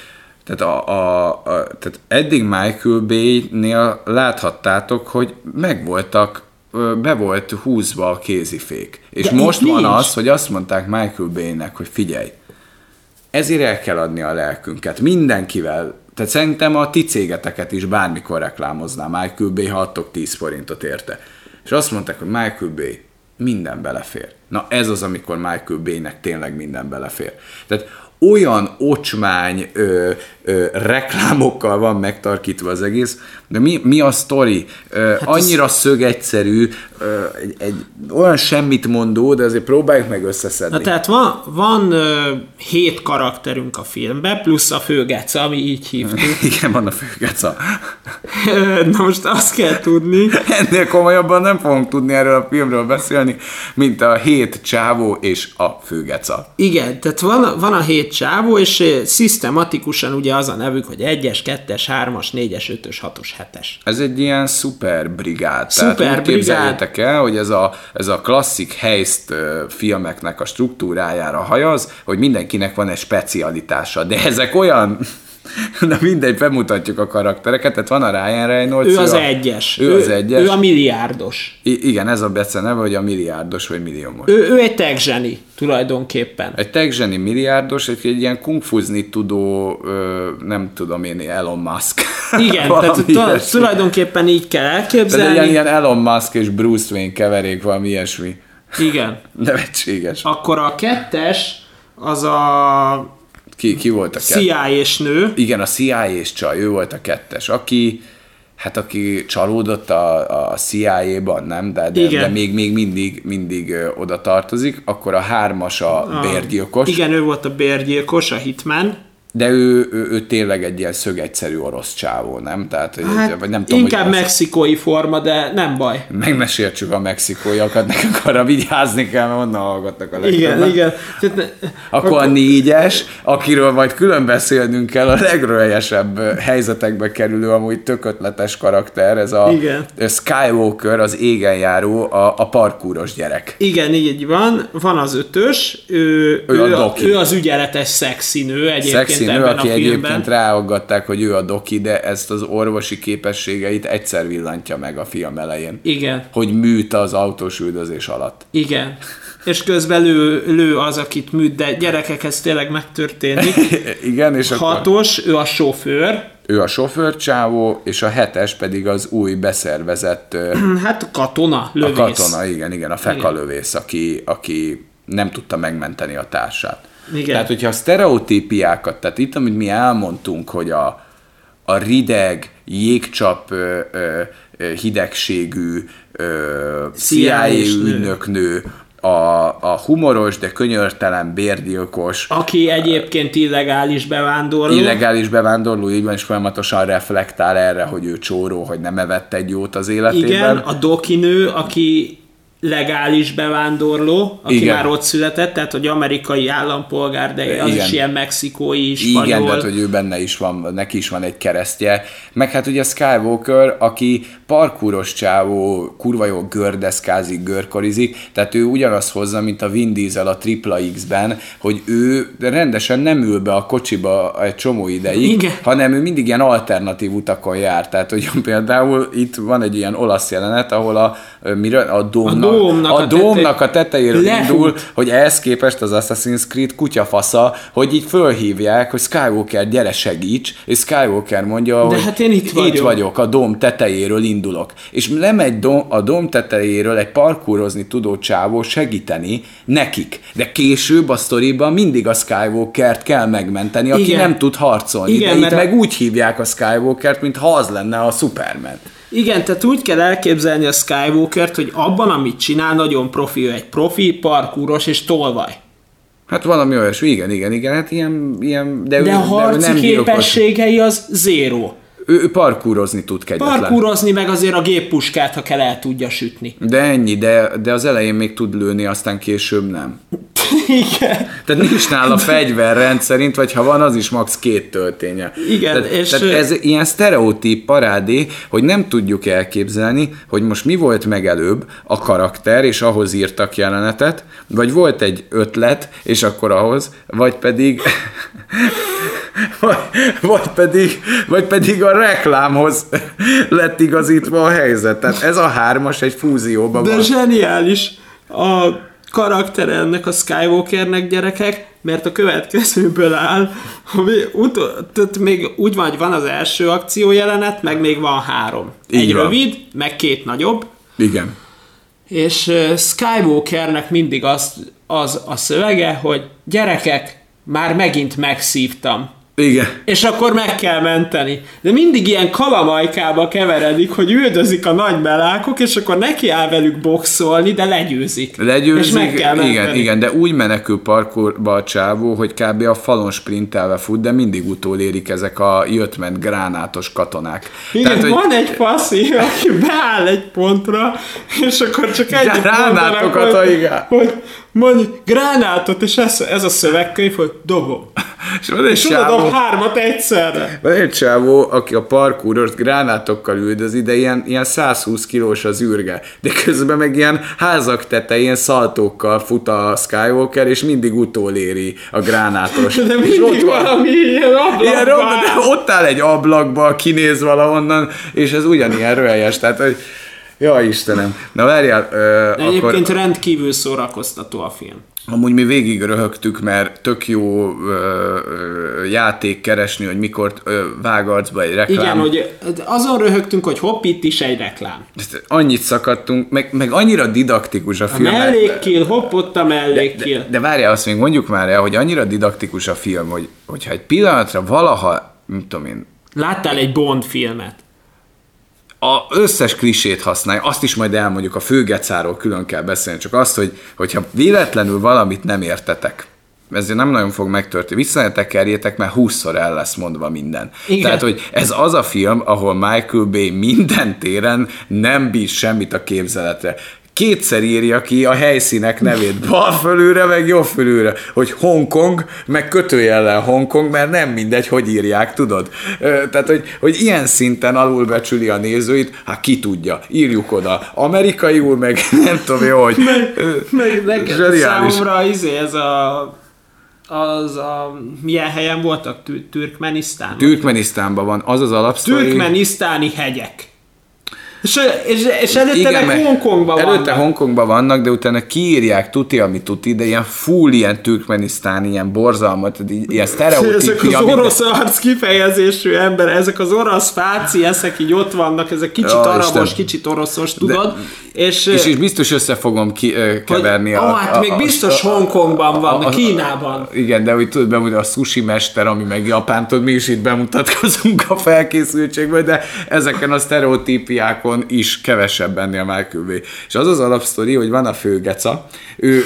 Tehát, a, a, a, tehát eddig Michael Bay-nél láthattátok, hogy megvoltak, be volt húzva a kézifék. És de most van nincs. Az, hogy azt mondták Michael Bay-nek, hogy figyelj, ezért el kell adni a lelkünket mindenkivel. Tehát szerintem a ti cégeteket is bármikor reklámozná Michael Bay, ha adtok tíz forintot érte. És azt mondták, hogy Michael Bay, minden belefér. Na ez az, amikor Michael Bay-nek tényleg minden belefér. Tehát olyan ocsmány ö, ö, reklámokkal van megtarkítva az egész, de mi, mi a sztori? Ö, hát annyira ez... szögegyszerű, ö, egy, egy olyan semmit mondó, de azért próbáljuk meg összeszedni. Na tehát van, van ö, hét karakterünk a filmben, plusz a főgeca, ami így hívtuk. Igen, van a főgeca. Na most azt kell tudni. Ennél komolyabban nem fogunk tudni erről a filmről beszélni, mint a hét csávó és a főgeca. Igen, tehát van, van a hét csávó, és szisztematikusan ugye az a nevük, hogy egyes, kettes, hármas, négyes, ötös, hatos, hetes. Ez egy ilyen szuper brigád. Szuper Tehát úgy képzeljétek el, hogy ez a, ez a klasszik heist filmeknek a struktúrájára hajaz, hogy mindenkinek van egy specialitása, de ezek olyan... Na mindegy, bemutatjuk a karaktereket, tehát van a Ryan Reynolds. Ő az a, egyes. Ő, ő az egyes. Ő a milliárdos. I- igen, ez a beceneve, hogy a milliárdos vagy milliómos. Ő, ő egy tech zseni, tulajdonképpen. Egy tech zseni milliárdos, egy, egy ilyen kungfuzni tudó, ö, nem tudom én, Elon Musk. Igen, tehát t- tulajdonképpen így kell elképzelni. Tehát ilyen Elon Musk és Bruce Wayne keverék, valami ilyesmi. Igen. Nevetséges. Akkor a kettes, az a... Ki, ki volt a kettes? C I A-s nő. Igen, a C I A-s csaj, ő volt a kettes, aki, hát aki csalódott a, a C I A-ban, nem? De, de, de még, még mindig, mindig ö, oda tartozik. Akkor a hármas a, a bérgyilkos. Igen, ő volt a bérgyilkos, a hitman. De ő, ő, ő tényleg egy ilyen szögegyszerű orosz csávó, nem? Tehát, hát vagy nem tudom, inkább hogy mexikói forma, de nem baj. Meg ne sértsük a mexikóiakat, nekünk arra vigyázni kell, mert onnan hallgatnak a legtöbben. Igen, igen. Akkor, akkor a négyes, akiről majd külön beszélnünk kell, a legrölyesebb helyzetekbe kerülő, amúgy tök ötletes karakter, ez a igen. Skywalker, az égen járó, a, a parkúros gyerek. Igen, így van. Van az ötös, ő, ő, ő, a, ő az ügyeletes szexi nő egyébként. Nő, aki egyébként ráaggatták, hogy ő a doki, de ezt az orvosi képességeit egyszer villantja meg a film elején. Igen. Hogy műt az autós üldözés alatt. Igen. És közben lő, lő az, akit műt, de gyerekek, ez tényleg megtörténik. Igen, és hatos, akkor... ő a sofőr. Ő a sofőrcsávó, és a hetes pedig az új beszervezett... Hát katona, lövész. A katona, igen, igen, a fekalövész, aki, aki nem tudta megmenteni a társát. Igen. Tehát, hogyha a sztereotípiákat, tehát itt, amit mi elmondtunk, hogy a, a rideg, jégcsap ö, ö, hidegségű ö, C I A ügynöknő, a, a humoros, de könyörtelen bérgyilkos. Aki egyébként illegális bevándorló. Illegális bevándorló, így van, és folyamatosan reflektál erre, hogy ő csóró, hogy nem evett egy jót az életében. Igen, a dokinő, aki legális bevándorló, aki igen. már ott született, tehát hogy amerikai állampolgár, de az igen. is ilyen mexikói, spanyol. Igen, tehát hogy ő benne is van, neki is van egy keresztje. Meg hát ugye Skywalker, aki parkúros csávó, kurva jó gördeszkázik, görkorizik, tehát ő ugyanazt hozza, mint a Vin Diesel a Tripla X-ben, hogy ő rendesen nem ül be a kocsiba egy csomó ideig, igen. hanem ő mindig ilyen alternatív utakon jár. Tehát, hogy például itt van egy ilyen olasz jelenet, ahol a, a dómnak A dómnak a, a, dómnak a tetejéről lehúlt. indul, hogy ehhez képest az Assassin's Creed kutyafasza, hogy így fölhívják, hogy Skywalker, gyere segíts, és Skywalker mondja, de hogy hát én itt vagyok. itt vagyok, a dóm tetejéről indulok. És lemegy dom, a dóm tetejéről egy parkúrozni tudó csávó segíteni nekik. De később a sztoriban mindig a Skywalkert kell megmenteni, aki igen. nem tud harcolni. Igen, de itt a... meg úgy hívják a Skywalkert, mintha az lenne a Superman. Igen, tehát úgy kell elképzelni a Skywalkert, hogy abban, amit csinál, nagyon profi, ő egy profi, parkúros és tolvaj. Hát valami olyasmi, igen, igen, igen, hát ilyen, ilyen de, de ő, a harci nem képességei az zéro. Ő, ő parkúrozni tud kegyetlen. Parkúrozni, meg azért a géppuskát, ha kell, el tudja sütni. De ennyi, de, de az elején még tud lőni, aztán később nem. Igen. Tehát nincs nála fegyver rendszerint, vagy ha van, az is max. két tölténye. Igen. Tehát, és tehát ez ilyen sztereotíp parádé, hogy nem tudjuk elképzelni, hogy most mi volt meg előbb a karakter, és ahhoz írtak jelenetet, vagy volt egy ötlet, és akkor ahhoz, vagy pedig vagy, vagy, pedig, vagy pedig a reklámhoz lett igazítva a helyzet. Tehát ez a hármas egy fúzióban De van. De zseniális a karakter ennek a Skywalkernek, gyerekek, mert a következőből áll, ami utol, tehát még úgy van, hogy van az első akciójelenet, meg még van három. Így egy van. rövid, meg két nagyobb. Igen. És uh, Skywalkernek mindig az, az a szövege, hogy gyerekek, már megint megszívtam. Igen. És akkor meg kell menteni. De mindig ilyen kalamajkába keveredik, hogy üldözik a nagy melákok, és akkor neki áll velük boxolni, de legyőzik. Legyőzik, és meg kell menteni. igen, igen, de úgy menekül parkourba a csávó, hogy kb. A falon sprintelve fut, de mindig utolérik ezek a jött-ment gránátos katonák. Igen, Tehát, hogy van egy faszi, aki beáll egy pontra, és akkor csak egy gránátokat, hogy, igen. hogy mondj gránátot, és ez, ez a szövegkönyv, hogy dobom. És van egy És oda dob hármat egyszerre. Van egy csávó, aki a parkourot gránátokkal üldözi, de ilyen, ilyen százhúsz kilós az űrge. De közben meg ilyen házak tetején szaltókkal fut a Skywalker, és mindig utoléri a gránátos. De és mindig ott van, valami ilyen ablakban. ilyen rom, de ott áll egy ablakba, kinéz valahonnan, és ez ugyanilyen röhelyes. Tehát, hogy ja, Istenem. Na várjál, ö, Egyébként akkor... rendkívül szórakoztató a film. Amúgy mi végig röhögtük, mert tök jó ö, ö, játék keresni, hogy mikor ö, vág arcba egy reklám. Igen, hogy azon röhögtünk, hogy hopp, itt is egy reklám. Annyit szakadtunk, meg, meg annyira didaktikus a, a film. A mellékkill, hopp, ott a mellékkill. De, de, de várjál, azt még mondjuk már el, hogy annyira didaktikus a film, hogy, hogyha egy pillanatra valaha, nem tudom én... Láttál egy Bond filmet? Az összes klisét használja, azt is majd elmondjuk, a főgecáról külön kell beszélni, csak azt, hogy, hogyha véletlenül valamit nem értetek, ezért nem nagyon fog megtörténni, vissza ne tekerjétek, mert húszszor el lesz mondva minden. Igen. Tehát, hogy ez az a film, ahol Michael Bay minden téren nem bíz semmit a képzeletre. Kétszer írja ki a helyszínek nevét, bal fölülre, meg jobb fölülre, hogy Hongkong, meg kötőjellel Hongkong, mert nem mindegy, hogy írják, tudod? Tehát, hogy, hogy ilyen szinten alulbecsüli a nézőit, hát ki tudja, írjuk oda amerikaiul, meg nem tudom jó, hogy meg, meg számomra izé ez a az a... milyen helyen voltak? Türkmenisztánban? Türkmenisztánban van, az az alapsztori. Türkmenisztáni hegyek. És, és, és előtte igen, meg Hongkongban vannak. Előtte Hongkongban vannak, de utána kiírják tuti, ami tuti, de ilyen full ilyen türkmenisztáni, ilyen borzalmat, ilyen sztereotípia. Ezek az orosz arc kifejezésű ember, ezek az orosz fáci, ezek így ott vannak, ezek kicsit ja, arabos, Isten. Kicsit oroszos, tudod? De, és, és, és biztos össze fogom ki, ö, keverni. Hogy, a, ó, hát a, még biztos a, Hongkongban van, a, a, Kínában. Igen, de hogy tudod bemutatni a sushi mester, ami meg Japán, tudod, mi is itt bemutatkozunk a felkészültségből, de ezeken a sztereotípiákon is kevesebb ennél Michael Bay. És az az alapsztori, hogy van a főgeca, ő,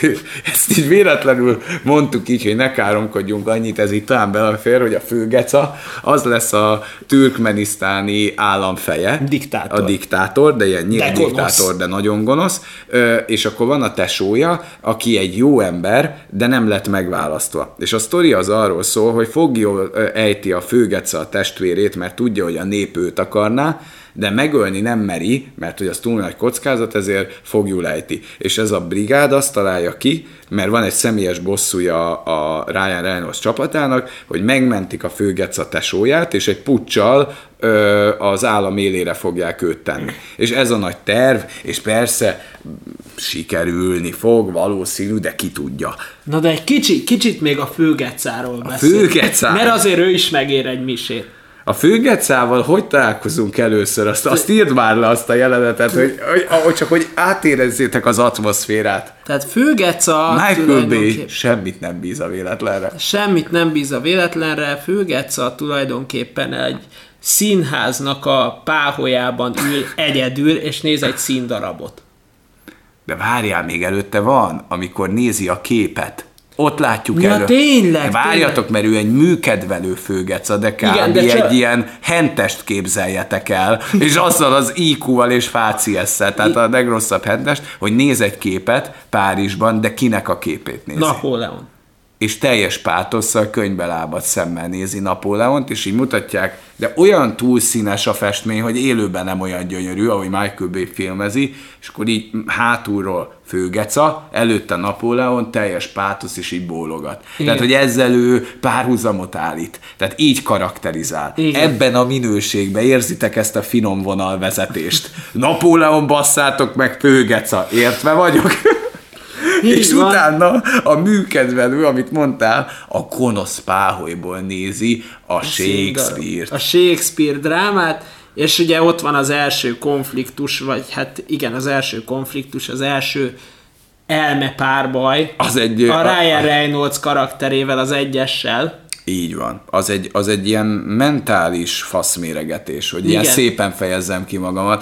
ezt így véletlenül mondtuk így, hogy ne káromkodjunk annyit, ez itt talán belefér, hogy a főgeca az lesz a türkmenisztáni államfeje. Diktátor. A diktátor, de ilyen nyílt de diktátor, de nagyon gonosz. És akkor van a tesója, aki egy jó ember, de nem lett megválasztva. És a sztori az arról szól, hogy fogja ejti a főgeca a testvérét, mert tudja, hogy a nép őt akarná, de megölni nem meri, mert hogy az túl nagy kockázat, ezért fogjul ejti. És ez a brigád azt találja ki, mert van egy személyes bosszúja a Ryan Reynolds csapatának, hogy megmentik a főgeca tesóját, és egy puccsal ö, az állam élére fogják őt tenni. És ez a nagy terv, és persze sikerülni fog, valószínű, de ki tudja. Na de egy kicsit, kicsit még a főgecáról beszél. A főgecáról? Mert azért ő is megér egy misét. A főgecával hogy találkozunk először? Azt, azt írd már le azt a jelenetet, hogy, hogy csak hogy átérezzétek az atmoszférát. Tehát főgeca... Michael Bay semmit nem bíz a véletlenre. Semmit nem bíz a véletlenre. Főgeca tulajdonképpen egy színháznak a páholyában ül egyedül, és néz egy színdarabot. De várjál, még előtte van, amikor nézi a képet. Ott látjuk ja, elő. Tényleg, Várjatok, tényleg. mert ő egy műkedvelő főgeca, de kb. Igen, de egy csak... ilyen hentest képzeljetek el, és azzal az í kú-val és fáciesszel, tehát I... a legrosszabb hentest, hogy néz egy képet Párizsban, de kinek a képét nézi? Napóleon. és teljes pátosszal könybelábat szemmel nézi Napóleont, és így mutatják, de olyan túlszínes a festmény, hogy élőben nem olyan gyönyörű, ahogy Michael Bay filmezi, és akkor így hátulról főgeca, előtte Napóleon, teljes pátosz, és így bólogat. Igen. Tehát, hogy ezzel ő párhuzamot állít. Tehát így karakterizál. Igen. Ebben a minőségben érzitek ezt a finom vonalvezetést. Napóleon basszátok meg, főgeca. Értve vagyok? Így és van. Utána a műkedvelő, amit mondtál, a gonosz páholyból nézi a Shakespeare-t. A Shakespeare drámát, és ugye ott van az első konfliktus, vagy hát igen, az első konfliktus, az első elmepárbaj, az egy, a Ryan Reynolds karakterével, az egyessel. Így van. Az egy, az egy ilyen mentális faszméregetés, hogy igen. Ilyen szépen fejezzem ki magamat.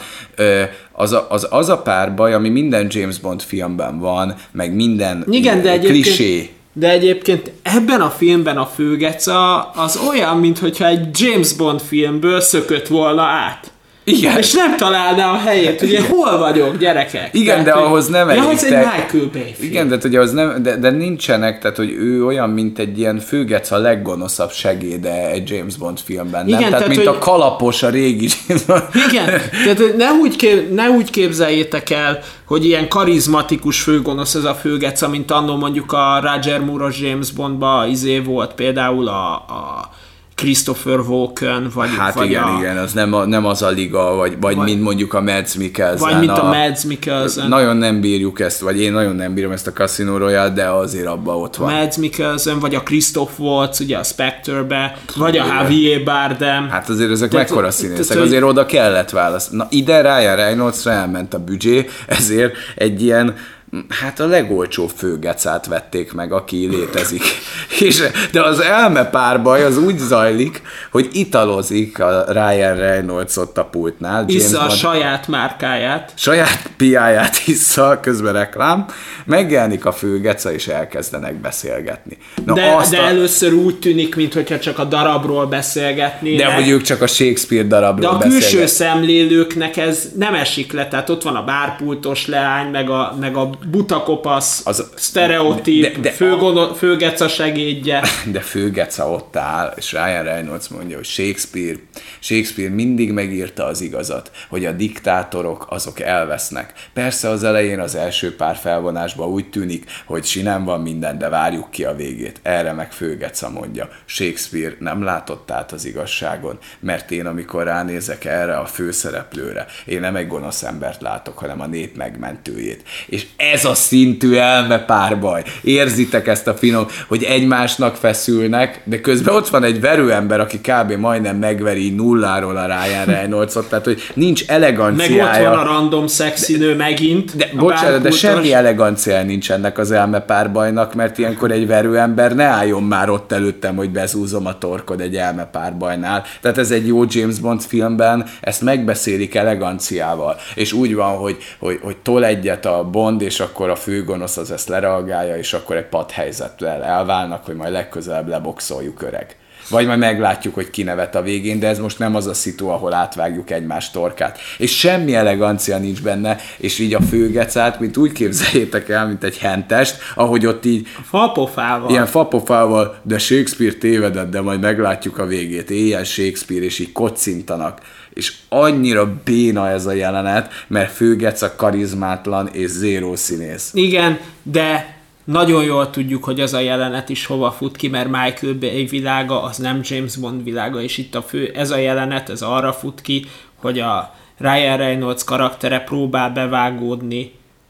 Az a, az, az a párbaj, ami minden James Bond filmben van, meg minden igen, de klisé. De egyébként ebben a filmben a főgeca az olyan, mintha egy James Bond filmből szökött volna át. Igen. És nem találná a helyét, ugye hol vagyok, gyerekek? Igen, tehát, de hogy, ahhoz nem elég. Ja, az egy Michael Bay film. Igen, de, ugye az nem, de, de nincsenek, tehát hogy ő olyan, mint egy ilyen főgeca leggonoszabb segéde egy James Bond filmben, igen, nem? Tehát, tehát mint hogy, a kalapos a régi James Bond. Igen, tehát ne úgy, kép, ne úgy képzeljétek el, hogy ilyen karizmatikus főgonosz ez a főgeca, mint annó mondjuk a Roger Moore-os James Bondban izé volt például a, a Christopher Walken, vagy, hát vagy igen, a... igen, az nem, a, nem az a liga, vagy, vagy, vagy mint mondjuk a Mads Mikkelsen. Vagy mint a, a Mads Mikkelsen. Nagyon nem bírjuk ezt, vagy én nagyon nem bírom ezt a Casino Royale, de azért abban ott van. Mads Mikkelsen, vagy a Christoph Waltz, ugye a Spectre-be, vagy a Javier Bardem. Hát azért ezek te, mekkora színészek, azért oda kellett választani. Na ide Ryan Reynoldsra elment a büdzsé, ezért egy ilyen hát a legolcsóbb főgecát vették meg, aki létezik. És, de az elmepárbaj az úgy zajlik, hogy italozik a Ryan Reynolds ott a pultnál. Issza a saját márkáját. Saját piáját issza, közben reklám. Megjelenik a főgeca, és elkezdenek beszélgetni. Na, de, de a... először úgy tűnik, mintha csak a darabról beszélgetnének. De hogy ők csak a Shakespeare darabról beszélgetnek. De a külső szemlélőknek ez nem esik le, tehát ott van a bárpultos leány, meg a, meg a butakopasz, az sztereotíp, de, de főgono, főgeca segédje. De főgeca ott áll, és Ryan Reynolds mondja, hogy Shakespeare, Shakespeare mindig megírta az igazat, hogy a diktátorok azok elvesznek. Persze az elején az első pár felvonásban úgy tűnik, hogy sinem van minden, de várjuk ki a végét. Erre meg főgeca mondja, Shakespeare nem látott át az igazságon, mert én amikor ránézek erre a főszereplőre, én nem egy gonosz embert látok, hanem a nép megmentőjét. És ez a szintű elmepárbaj. Érzitek ezt a finom, hogy egymásnak feszülnek, de közben ott van egy verőember, aki kb. Majdnem megveri nulláról a Ryan Reynoldsot, tehát hogy nincs eleganciája. Meg ott van a random szexinő megint. De, bocsánat, de semmi eleganciája nincs ennek az elmepárbajnak, mert ilyenkor egy verőember ne álljon már ott előttem, hogy bezúzom a torkod egy elmepárbajnál. Tehát ez egy jó James Bond filmben, ezt megbeszélik eleganciával. És úgy van, hogy, hogy, hogy tol egyet a Bond, és akkor a főgonosz az ezt lereagálja, és akkor egy padhelyzettel elválnak, hogy majd legközelebb leboxoljuk, öreg. Vagy majd meglátjuk, hogy kinevet a végén, de ez most nem az a szitu, ahol átvágjuk egymás torkát. És semmi elegancia nincs benne, és így a főgecát, mint úgy képzeljétek el, mint egy hentest, ahogy ott így... Fapofával. Ilyen fapofával, de Shakespeare tévedett, de majd meglátjuk a végét. Éjjel Shakespeare, és így kocintanak. És annyira béna ez a jelenet, mert főgeca karizmátlan és zéró színész. Igen, de nagyon jól tudjuk, hogy ez a jelenet is hova fut ki, mert Michael Bay világa az nem James Bond világa, és itt a fő, ez a jelenet, ez arra fut ki, hogy a Ryan Reynolds karaktere próbál bevágódni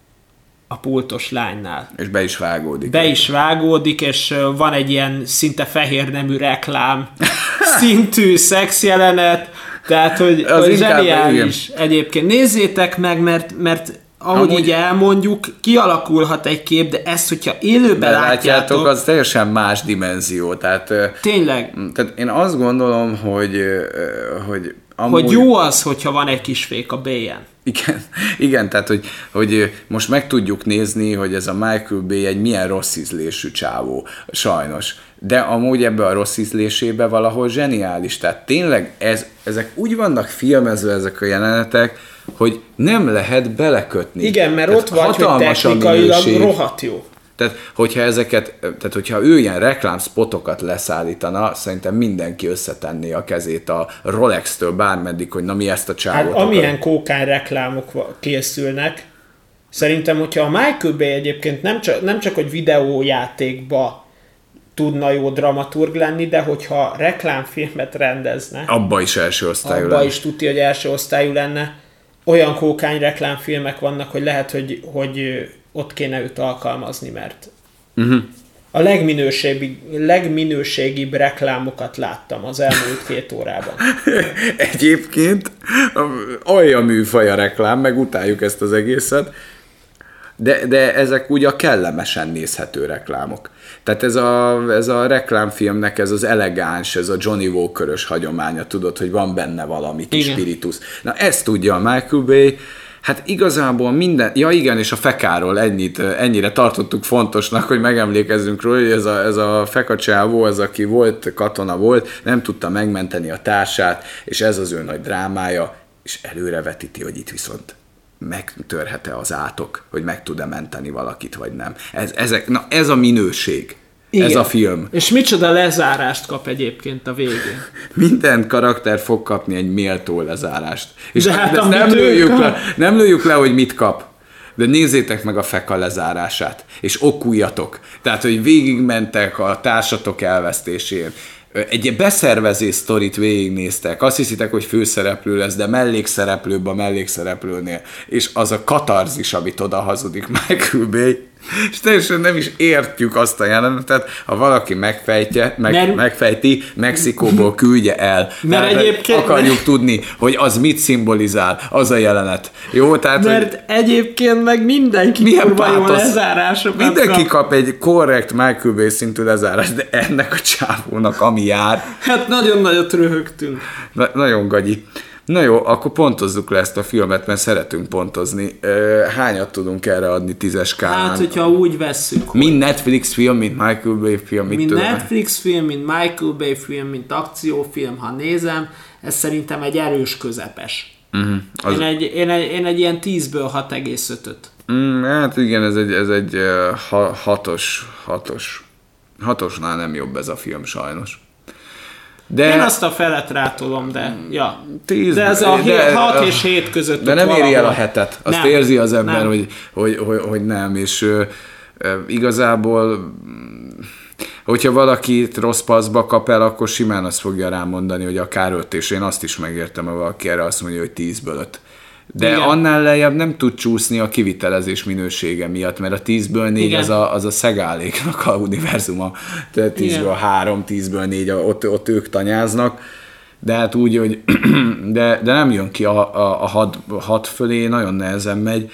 a pultos lánynál. És be is vágódik. Be is vágódik, és van egy ilyen szinte fehér nemű reklám szintű szexjelenet, tehát, hogy, hogy zseniális egyébként. Nézzétek meg, mert, mert ahogy Amúgy, így elmondjuk, kialakulhat egy kép, de ezt, hogyha élőben látjátok... látjátok, az teljesen más dimenzió. Tehát, tényleg. Tehát én azt gondolom, hogy... Hogy, amúgy, hogy jó az, hogyha van egy kis fék a bélyén. Igen, igen, tehát, hogy, hogy most meg tudjuk nézni, hogy ez a Michael Bay egy milyen rossz ízlésű csávó, sajnos. De amúgy ebbe a rossz ízlésébe valahol zseniális. Tehát tényleg ez, ezek úgy vannak filmezve ezek a jelenetek, hogy nem lehet belekötni. Igen, mert tehát ott vagy, hogy technikailag rohadt jó. Tehát, hogyha ezeket, tehát, hogyha ő ilyen reklámspotokat leszállítana, szerintem mindenki összetenné a kezét a Rolex-től bármeddig, hogy na mi ezt a csávót. Hát amilyen kókány reklámok készülnek, szerintem, hogyha a Michael Bay egyébként nem csak, nem csak hogy videójátékba tudna jó dramaturg lenni, de hogyha reklámfilmet rendezne, abba is első osztályú abba lenne. is tudja, hogy első osztályú lenne. Olyan kókány reklámfilmek vannak, hogy lehet, hogy, hogy ott kéne őt alkalmazni, mert uh-huh. a legminőségibb, legminőségibb reklámokat láttam az elmúlt két órában. Egyébként olyan műfaj a reklám, meg utáljuk ezt az egészet, de, de ezek ugye a kellemesen nézhető reklámok. Tehát ez a, ez a reklámfilmnek ez az elegáns, ez a Johnny Walker-ös hagyománya, tudod, hogy van benne valami kis igen. spiritus. Na ezt tudja a Michael Bay, hát igazából minden, ja igen, és a fekáról ennyit, ennyire tartottuk fontosnak, hogy megemlékezzünk róla, hogy ez a, ez a fekacsávó, ez aki volt, katona volt, nem tudta megmenteni a társát, és ez az ő nagy drámája, és előrevetíti, hogy itt viszont megtörhet-e az átok, hogy meg tud-e menteni valakit, vagy nem. Ez, ezek, na ez a minőség. Igen. Ez a film. És micsoda lezárást kap egyébként a végén. Minden karakter fog kapni egy méltó lezárást. És de hát ezt nem, lőjük le, nem lőjük le, hogy mit kap. De nézzétek meg a feka lezárását, és okuljatok. Tehát, hogy végigmentek a társatok elvesztésén. Egy beszervezés sztorit végignéztek, azt hiszitek, hogy főszereplő lesz, de mellékszereplőbb a mellékszereplőnél, és az a katarzis, amit oda hazudik Michael Bay, és teljesen nem is értjük azt a jelenetet, ha valaki megfejtje, meg, mert, megfejti, Mexikóból küldje el. Mert tehát egyébként akarjuk tudni, hogy az mit szimbolizál, az a jelenet. Jó, tehát, mert hogy egyébként meg mindenki kurva jó lezárásokat mindenki kap. kap egy korrekt Michael Bay szintű lezárást, de ennek a csávónak, ami jár. Hát nagyon nagyot röhögtünk. Na, nagyon gagyi. Na jó, akkor pontozzuk le ezt a filmet, mert szeretünk pontozni. Hányat tudunk erre adni tízes skálán? Hát, hogyha úgy vesszük, hogy... Mind Netflix film, mint Michael Bay film. Mint Netflix film, mint Michael Bay film, mint akciófilm, ha nézem, ez szerintem egy erős közepes. Uh-huh. Az... Én, egy, én, egy, én egy ilyen tízből hat egész ötöt. Mm, hát igen, ez egy, ez egy uh, ha, hatos, hatos. Hatosnál nem jobb ez a film sajnos. De, én azt a felet rátolom, de ja. tíz, de ez a de, hat és hét között. De nem éri el a hetet. Azt nem, érzi az ember, hogy, hogy, hogy, hogy nem. És uh, igazából, hogyha valakit rossz paszba kap el, akkor simán azt fogja rámondani, hogy akár öt, és én azt is megértem, ha valaki erre azt mondja, hogy tízből öt. De igen. Annál lejjebb nem tud csúszni a kivitelezés minősége miatt, mert a tízből négy az a, az a szegáléknak a univerzuma. Tehát tízből három, tízből négy, ott, ott ők tanyáznak. De hát úgy, hogy de, de nem jön ki a, a, a hat, hat fölé, nagyon nehezen megy.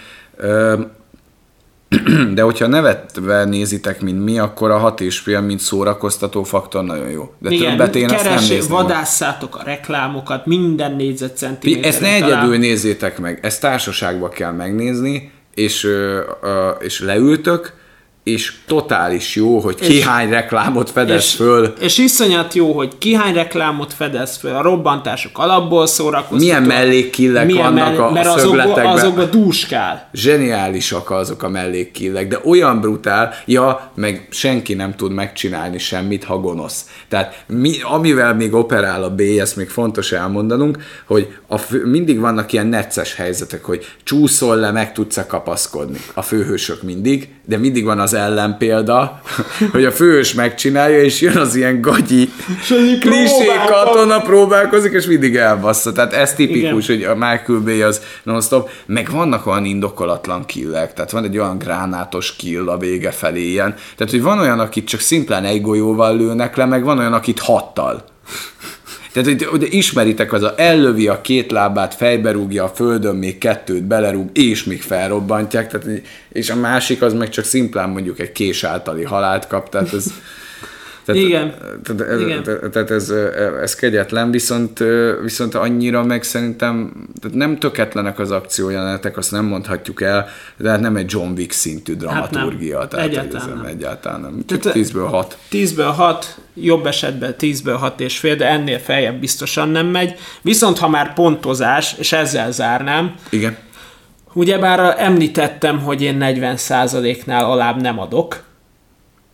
De hogyha nevetve nézitek, mint mi, akkor a hat és fél, mint szórakoztató faktor nagyon jó. De igen, többet én ezt nem nézném. Vadásszátok a reklámokat, minden négyzetcentiméteren. Ezt ne egyedül nézzétek meg, ezt társaságban kell megnézni, és, és leültök, és totális jó, hogy ki és, hány reklámot fedez és, föl. És iszonyat jó, hogy ki hány reklámot fedez föl, a robbantások alapból szórakoztató. Milyen mellékkillek Milyen vannak mellé, a, mert a szögletekben. Mert azokba dúskál. Zseniálisak azok a mellékkillek, de olyan brutál, ja, meg senki nem tud megcsinálni semmit, ha gonosz. Tehát mi, amivel még operál a B, ezt még fontos elmondanunk, hogy a fő, mindig vannak ilyen necces helyzetek, hogy csúszol le, meg tudsz-e kapaszkodni. A főhősök mindig, de mindig van az ellenpélda, hogy a főhős megcsinálja, és jön az ilyen gagyi klisé katona, próbálkozik, és mindig elbassza. Tehát ez tipikus, igen. Hogy a Michael Bay az non-stop, meg vannak olyan indokolatlan killek, tehát van egy olyan gránátos kill a vége felé ilyen. Tehát, hogy van olyan, akit csak szimplán egy golyóval lőnek le, meg van olyan, akit hattal. Tehát, hogy, hogy ismeritek, az a ellövi a két lábát, fejbe rúgja, a földön még kettőt belerúg, és még felrobbantják, tehát, és a másik az meg csak szimplán mondjuk egy kés általi halált kap, tehát ez... Tehát, igen. Tehát, ez, igen. tehát ez, ez kegyetlen, viszont, viszont annyira meg szerintem tehát nem töketlenek az akciójelenetek, azt nem mondhatjuk el, de hát nem egy John Wick szintű dramaturgia. Hát tehát egyáltalán nem. Egyáltalán nem. Csak tízből hat. tízből hat, jobb esetben tízből hat és fél, de ennél feljebb biztosan nem megy. Viszont ha már pontozás, és ezzel zárnám, igen. Ugyebár említettem, hogy én negyven százaléknál alább nem adok,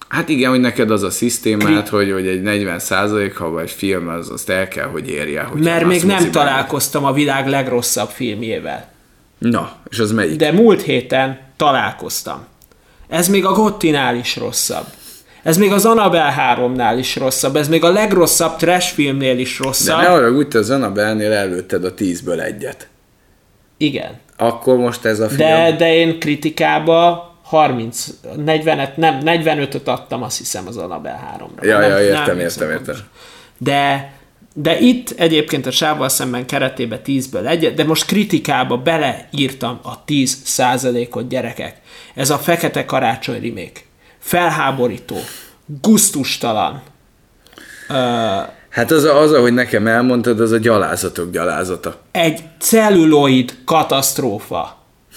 Hát igen, hogy neked az a szisztémát, hogy, hogy egy negyven százalék, ha egy film, az, azt el kell, hogy érje. Mert még nem találkoztam a világ legrosszabb filmjével. Na, és az melyik? De múlt héten találkoztam. Ez még a Gottinál is rosszabb. Ez még az Annabelle háromnál is rosszabb. Ez még a legrosszabb trash filmnél is rosszabb. De ne arra úgy, te az Annabelle-nél előtted a tízből egyet. Igen. Akkor most ez a film... De, de én kritikába harminc, negyvenet, nem, negyvenötöt adtam, azt hiszem, az Annabelle háromra. Ja, nem, ja, értem, nem értem, értem. De, de itt egyébként a Sávval szemben keretében tízből egyet, de most kritikába beleírtam a tíz százalékot, gyerekek. Ez a Fekete Karácsony remake. Felháborító, gusztustalan. Uh, hát az, az, ahogy nekem elmondtad, az a gyalázatok gyalázata. Egy celluloid katasztrófa,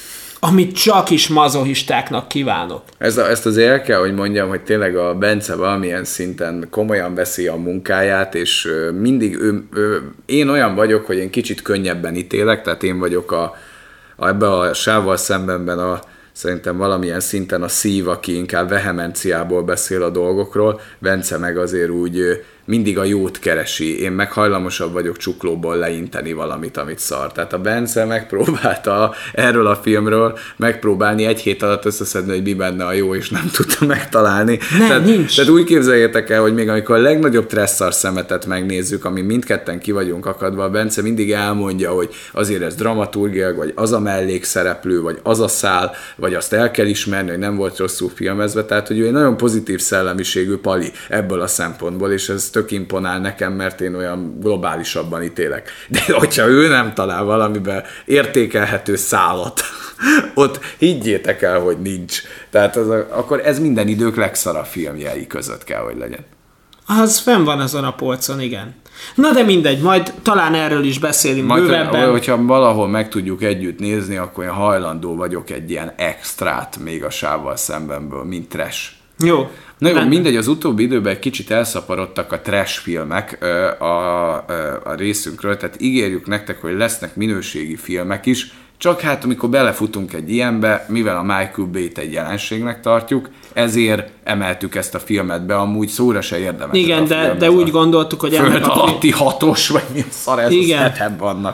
amit csak is mazohistáknak kívánok. Ez a, ezt azért el kell, hogy mondjam, hogy tényleg a Bence valamilyen szinten komolyan veszi a munkáját, és mindig ő, ő, én olyan vagyok, hogy én kicsit könnyebben ítélek, tehát én vagyok a, a, ebbe a Sávval szembenben a szerintem valamilyen szinten a szív, aki inkább vehemenciából beszél a dolgokról, Bence meg azért úgy mindig a jót keresi. Én meg hajlamosabb vagyok csuklóból leinteni valamit, amit szar. Tehát a Bence megpróbálta erről a filmről megpróbálni egy hét alatt összeszedni, hogy mi benne a jó, és nem tudta megtalálni. Nem, tehát, nincs. tehát úgy képzeljétek el, hogy még amikor a legnagyobb tresszar szemetet megnézzük, ami mindketten ki vagyunk akadva, a Bence mindig elmondja, hogy azért ez dramaturgiailag, vagy az a mellékszereplő, vagy az a szál, vagy azt el kell ismerni, hogy nem volt rosszul filmezve. Tehát, hogy ő egy nagyon pozitív szellemiségű pali ebből a szempontból, és ez tök imponál nekem, mert én olyan globálisabban ítélek. De hogyha ő nem talál valamiben értékelhető szálat, ott higgyétek el, hogy nincs. Tehát az a, akkor ez minden idők legszarabb filmjei között kell, hogy legyen. Az fenn van azon a polcon, igen. Na de mindegy, majd talán erről is beszélünk majd bővebben. Hogyha valahol meg tudjuk együtt nézni, akkor én hajlandó vagyok egy ilyen extrát még a Sávval szembenből, mint trash. Jó. Na jó, mindegy, az utóbbi időben egy kicsit elszaporodtak a trash filmek a, a, a részünkről, tehát ígérjük nektek, hogy lesznek minőségi filmek is, csak hát amikor belefutunk egy ilyenbe, mivel a Michael Bay-t egy jelenségnek tartjuk, ezért emeltük ezt a filmet be, amúgy szóra se érdemes. Igen, de, de úgy gondoltuk, hogy ennek föld alatti hatos, vagy mi szar, ez hetebb vannak.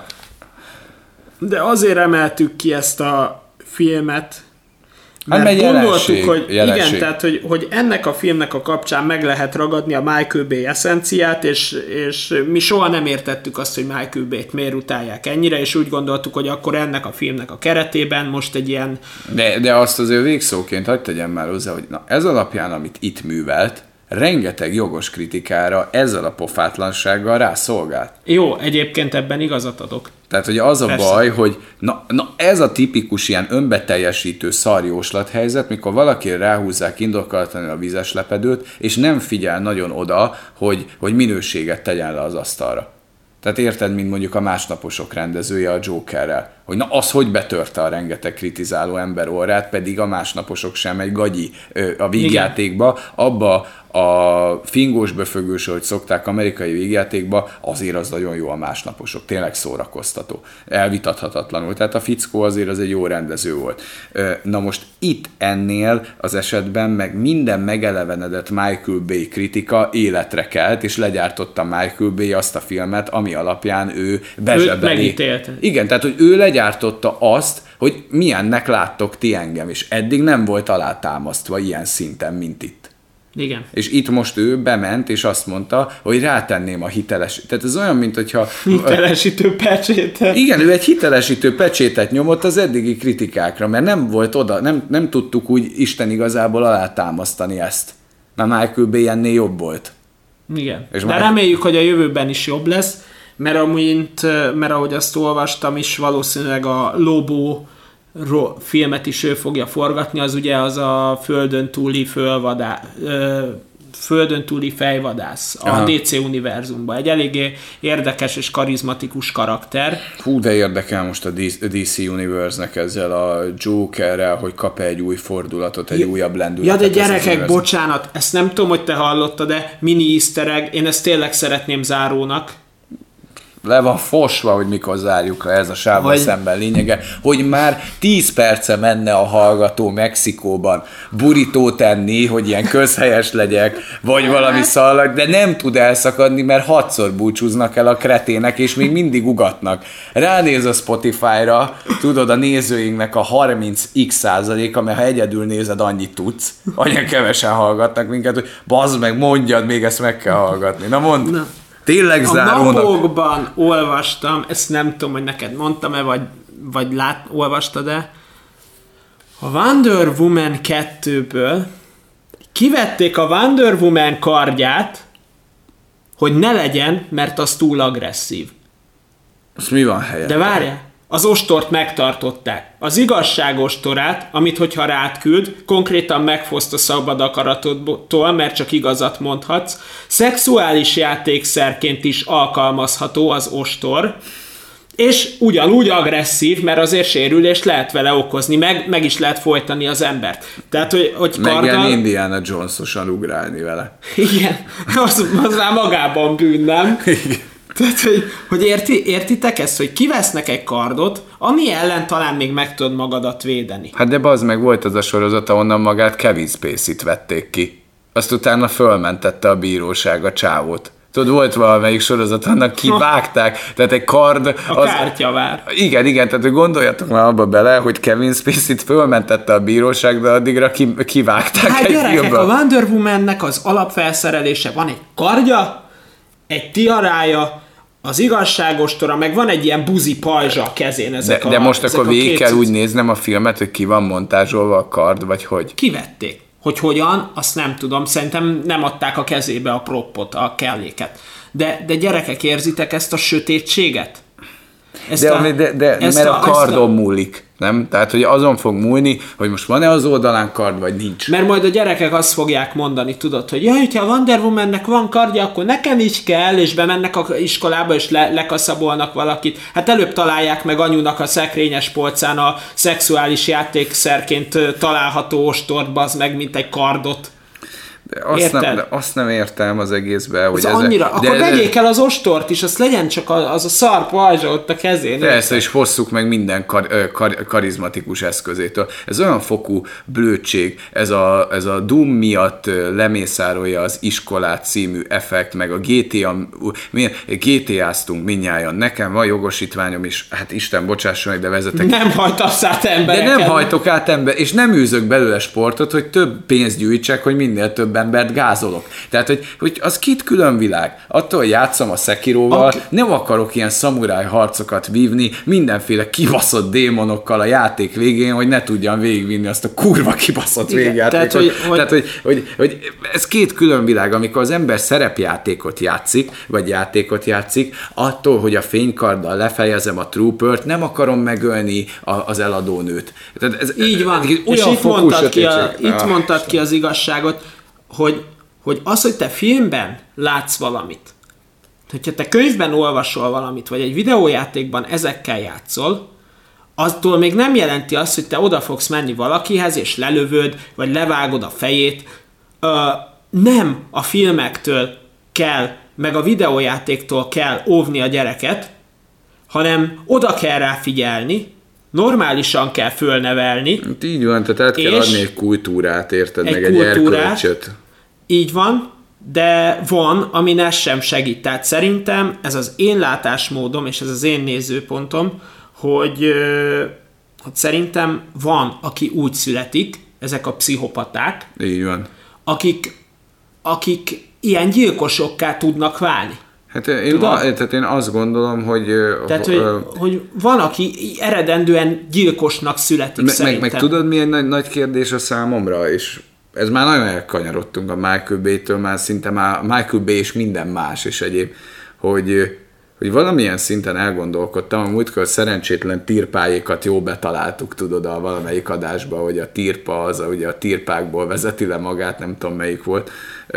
De azért emeltük ki ezt a filmet, mert hát gondoltuk, jelenség, hogy jelenség. igen, tehát hogy, hogy ennek a filmnek a kapcsán meg lehet ragadni a Michael Bay eszenciát, és, és mi soha nem értettük azt, hogy Michael Bay-t miért utálják ennyire, és úgy gondoltuk, hogy akkor ennek a filmnek a keretében most egy ilyen... De, de azt azért végszóként hagyd tegyem már hozzá, hogy na, ez alapján, amit itt művelt, rengeteg jogos kritikára ezzel a pofátlansággal rászolgált. Jó, egyébként ebben igazat adok. Tehát, hogy az a Persze. baj, hogy na, na ez a tipikus ilyen önbeteljesítő szarjóslathelyzet, mikor valaki ráhúzzák indokolatlanul a vizes lepedőt, és nem figyel nagyon oda, hogy, hogy minőséget tegyen le az asztalra. Tehát érted, mint mondjuk a Másnaposok rendezője a Jokerrel, hogy na az hogy betörte a rengeteg kritizáló ember orrát, pedig a Másnaposok sem egy gagyi a vígjátékba, abba a fingós böfögős, hogy szokták amerikai vígjátékba, azért az nagyon jó a Másnaposok, tényleg szórakoztató, elvitathatatlanul, tehát a fickó azért az egy jó rendező volt. Na most itt ennél az esetben meg minden megelevenedett Michael Bay kritika életre kelt, és legyártotta Michael Bay azt a filmet, ami alapján ő bezsebeli. Igen, tehát hogy ő legyártotta azt, hogy milyennek láttok ti engem, és eddig nem volt alátámasztva ilyen szinten, mint itt. Igen. És itt most ő bement, és azt mondta, hogy rátenném a hiteles... Tehát ez olyan, mint hogyha... Hitelesítő pecsétet. Igen, ő egy hitelesítő pecsétet nyomott az eddigi kritikákra, mert nem volt oda, nem, nem tudtuk úgy Isten igazából alátámasztani ezt. Mert Michael Bay ennél jobb volt. Igen. És de már... reméljük, hogy a jövőben is jobb lesz, mert amint, mert ahogy azt olvastam is, valószínűleg a Lobo filmet is ő fogja forgatni, az ugye az a földön túli fölvadá, földön túli fejvadász a Aha. dé cé univerzumban. Egy eléggé érdekes és karizmatikus karakter. Hú, de érdekel most a dé cé Universe-nek ezzel a Jokerrel, hogy kap egy új fordulatot, egy ja, újabb lendületet. Ja, de gyerekek, bocsánat, ezt nem tudom, hogy te hallottad, de mini easter egg, én ezt tényleg szeretném zárónak. le van fosva, hogy mikor zárjuk le, ez a sávval hogy... szemben lényege, hogy már tíz perce menne a hallgató Mexikóban burítót enni, hogy ilyen közhelyes legyek, vagy valami szallag, de nem tud elszakadni, mert hatszor búcsúznak el a kretének, és még mindig ugatnak. Ránéz a Spotify-ra, tudod, a nézőinknek a harminc x százaléka, mert ha egyedül nézed, annyit tudsz, olyan kevesen hallgatnak minket, hogy bazd meg, mondjad, még ezt meg kell hallgatni. Na mondd! Na. Tényleg zárónak. A napokban olvastam, ezt nem tudom, hogy neked mondtam-e, vagy, vagy lát, olvastad-e, a Wonder Woman kettőből kivették a Wonder Woman kardját, hogy ne legyen, mert az túl agresszív. Azt mi van helyen? De várjál, az ostort megtartották. Az igazság ostorát, amit hogyha rád küld, konkrétan megfoszt a szabad akaratodtól, mert csak igazat mondhatsz, szexuális játékszerként is alkalmazható az ostor, és ugyanúgy agresszív, mert azért sérülést lehet vele okozni, meg, meg is lehet folytani az embert. Tehát, hogy, hogy karddal... Meg ilyen Indiana Jones-osan ugrálni vele. Igen, az, az már magában bűn, nem? Igen. Tehát, hogy, hogy érti, értitek ezt, hogy kivesznek egy kardot, ami ellen talán még meg tudod magadat védeni. Hát de bazd meg, volt az a sorozata, onnan magát Kevin Spacey-t vették ki. Azt utána fölmentette a bíróság a csávót. Tudod, volt valamelyik sorozat, annak kivágták, tehát egy kard... A az... kártyavár. Igen, igen, tehát gondoljatok már abba bele, hogy Kevin Spacey-t fölmentette a bíróság, de addigra ki, kivágták hát egy gyerekek, filmből. A Wonder Woman-nek az alapfelszerelése van egy kardja, egy tiarája, az igazságostora, meg van egy ilyen buzi pajzsa a kezén. Ezek de, a, de most ezek akkor végig kell két... úgy néznem a filmet, hogy ki van montázsolva a kard, vagy hogy? Kivették. Hogy hogyan, azt nem tudom. Szerintem nem adták a kezébe a proppot, a kelléket. De, de gyerekek, érzitek ezt a sötétséget? Ezt de, a, de, de mert a, a kardon a... múlik, nem? Tehát, hogy azon fog múlni, hogy most van-e az oldalán kard, vagy nincs. Mert majd a gyerekek azt fogják mondani, tudod, hogy jaj, hogyha a Wonder Womannek van kardja, akkor nekem is kell, és bemennek a iskolába, és le, lekaszabolnak valakit. Hát előbb találják meg anyunak a szekrényes polcán a szexuális játékszerként található ostort, bazd meg, mint egy kardot. De azt, nem, de azt nem értem az egészben, hogy ez annyira, de akkor de vegyék el az ostort is, azt legyen csak az a szar pajzsa ott a kezén. Persze, és hosszuk meg minden kar, kar, karizmatikus eszközétől. Ez olyan fokú blödség, ez a, ez a Doom miatt lemészárolja az Iskolát című effekt, meg a gé té á, gé té á-ztunk mindnyájan. Nekem van jogosítványom is, hát Isten bocsásson meg, de vezetek. Nem hajtasz át embereket. De nem hajtok át ember, és nem űzök belőle sportot, hogy több pénzt gyűjtsek, hogy minél több embert gázolok. Tehát, hogy, hogy az két külön világ. Attól játszom a Sekiroval, okay. Nem akarok ilyen szamuráj harcokat vívni, mindenféle kibaszott démonokkal a játék végén, hogy ne tudjam végigvinni azt a kurva kibaszott végjátékot. Tehát, hogy, tehát hogy, hogy, hogy ez két külön világ, amikor az ember szerepjátékot játszik, vagy játékot játszik, attól, hogy a fénykarddal lefejezem a troopert, nem akarom megölni a, az eladónőt. Tehát ez, így van, és itt mondtad, ki a, itt mondtad ki az igazságot, Hogy, hogy az, hogy te filmben látsz valamit, hogyha te könyvben olvasol valamit, vagy egy videójátékban ezekkel játszol, attól még nem jelenti azt, hogy te oda fogsz menni valakihez, és lelövöd, vagy levágod a fejét. Ö, nem a filmektől kell, meg a videójátéktól kell óvni a gyereket, hanem oda kell rá figyelni, normálisan kell fölnevelni. Hát így van, tehát át kell adni egy kultúrát, érted, egy meg egy erkölcsöt. Így van, de van, ami ez sem segít. Tehát szerintem ez az én látásmódom, és ez az én nézőpontom, hogy, hogy szerintem van, aki úgy születik, ezek a pszichopaták, így van. Akik, akik ilyen gyilkosokká tudnak válni. Hát én, a, tehát én azt gondolom, hogy... Tehát, hogy, uh, hogy van, aki eredendően gyilkosnak születik me, szerintem. Meg, meg tudod, milyen nagy, nagy kérdés a számomra, és ez már nagyon elkanyarodtunk a Michael Bay-től, már szinte már Michael Bay és minden más is egyéb, hogy, hogy valamilyen szinten elgondolkodtam, a múltkor szerencsétlen tirpájékat jó betaláltuk, tudod, a valamelyik adásba, hogy a tirpa az, ugye a tirpákból vezeti le magát, nem tudom melyik volt,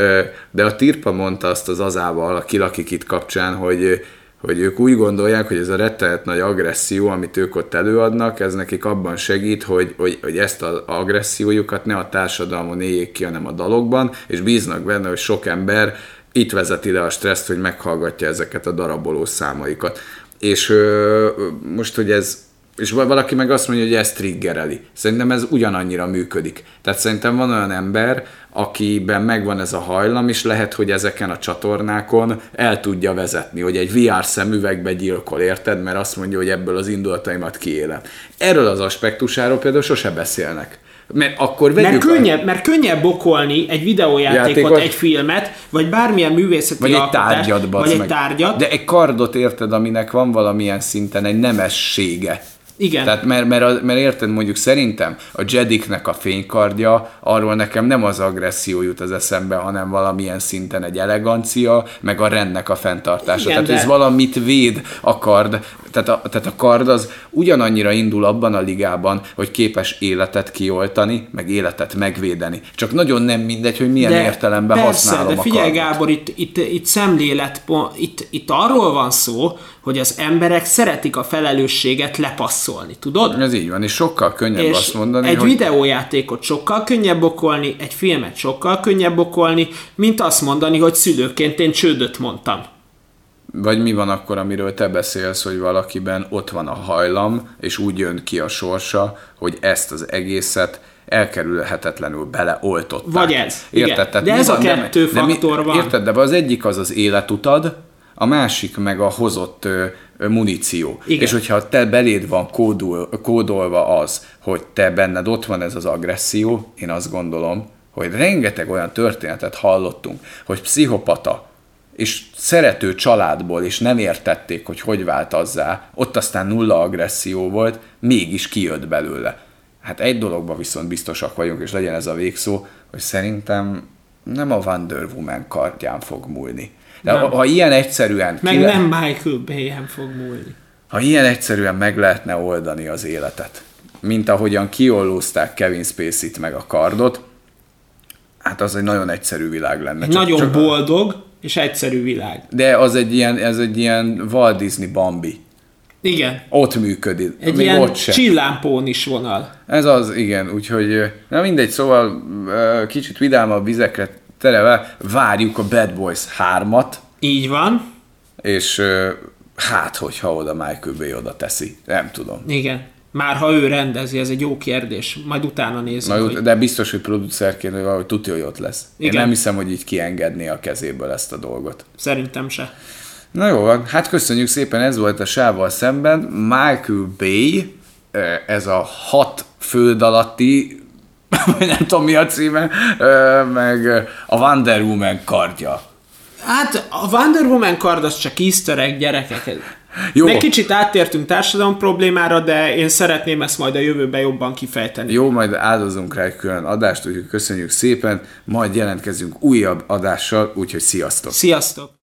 de a tirpa mondta azt az azával, a Kilakik itt kapcsán, hogy, hogy ők úgy gondolják, hogy ez a rettenet nagy agresszió, amit ők ott előadnak, ez nekik abban segít, hogy, hogy, hogy ezt az agressziójukat ne a társadalmon éljék ki, hanem a dalokban, és bíznak benne, hogy sok ember itt vezet ide a stresszt, hogy meghallgatja ezeket a daraboló számaikat. És ö, most, hogy ez, és valaki meg azt mondja, hogy ez triggereli. Szerintem ez ugyanannyira működik. Tehát szerintem van olyan ember, akiben megvan ez a hajlam, és lehet, hogy ezeken a csatornákon el tudja vezetni, hogy egy vé er szemüvegbe gyilkol, érted? Mert azt mondja, hogy ebből az indulataimat kiélem. Erről az aspektusáról például sose beszélnek. Mert akkor mert, könnyebb, a... mert könnyebb okolni egy videójátékot, Játékot, egy filmet, vagy bármilyen művészeti vagy alkotást, egy tárgyat, vagy egy meg. tárgyat. De egy kardot érted, aminek van valamilyen szinten egy nemessége. Igen. Tehát mert, mert, mert érted, mondjuk szerintem a Jediknek a fénykardja, arról nekem nem az agresszió jut az eszembe, hanem valamilyen szinten egy elegancia, meg a rendnek a fenntartása. Igen, tehát de... ez valamit véd a kard. Tehát a, tehát a kard az ugyanannyira indul abban a ligában, hogy képes életet kioltani, meg életet megvédeni. Csak nagyon nem mindegy, hogy milyen de értelemben persze, használom de a figyelj kardot. Gábor, itt, itt, itt szemlélet, itt, itt arról van szó, hogy az emberek szeretik a felelősséget lepasszolni, tudod? Ez így van, és sokkal könnyebb és azt mondani, egy hogy... videójátékot sokkal könnyebb okolni, egy filmet sokkal könnyebb okolni, mint azt mondani, hogy szülőként én csődöt mondtam. Vagy mi van akkor, amiről te beszélsz, hogy valakiben ott van a hajlam, és úgy jön ki a sorsa, hogy ezt az egészet elkerülhetetlenül beleoltották. Vagy ez. Érted? Tehát de ez van, a kettő de, faktor de mi, van. Érted? De az egyik az az életutad, a másik meg a hozott ö, ö, muníció. Igen. És hogyha te beléd van kódol, kódolva az, hogy te benned ott van ez az agresszió, én azt gondolom, hogy rengeteg olyan történetet hallottunk, hogy pszichopata, és szerető családból, és nem értették, hogy hogy változzá, ott aztán nulla agresszió volt, mégis kijött belőle. Hát egy dologban viszont biztosak vagyunk, és legyen ez a végszó, hogy szerintem nem a Wonder Woman kardján fog múlni. De ha, ha ilyen egyszerűen... Meg le... nem Michael Bay-en fog múlni. Ha ilyen egyszerűen meg lehetne oldani az életet, mint ahogyan kiollózták Kevin Spacey-t meg a kardot, hát az egy nagyon egyszerű világ lenne. Csak, nagyon csak boldog és egyszerű világ. De az egy ilyen, ez egy ilyen Walt Disney Bambi. Igen. Ott működik. Egy még ilyen ott sem. csillámpón is vonal. Ez az, igen. Úgyhogy, na mindegy, szóval kicsit vidámabb vizekre terelve várjuk a Bad Boys hármat. Így van. És hát, hogyha oda Michael Bay oda teszi. Nem tudom. Igen. Már ha ő rendezi, ez egy jó kérdés. Majd utána nézzük. Majd, hogy... De biztos, hogy producerként valahogy tudja, hogy ott lesz. Igen. Én nem hiszem, hogy így kiengedné a kezéből ezt a dolgot. Szerintem se. Na jó, hát köszönjük szépen, ez volt a Sávval szemben. Michael Bay, ez a hat föld alatti, nem tudom mi a címe, meg a Wonder Woman kardja. Hát a Wonder Woman kard az csak easter egg, gyerekek. Jó. Meg kicsit áttértünk társadalom problémára, de én szeretném ezt majd a jövőben jobban kifejteni. Jó, majd áldozunk rá egy külön adást, úgyhogy köszönjük szépen, majd jelentkezünk újabb adással, úgyhogy sziasztok! Sziasztok!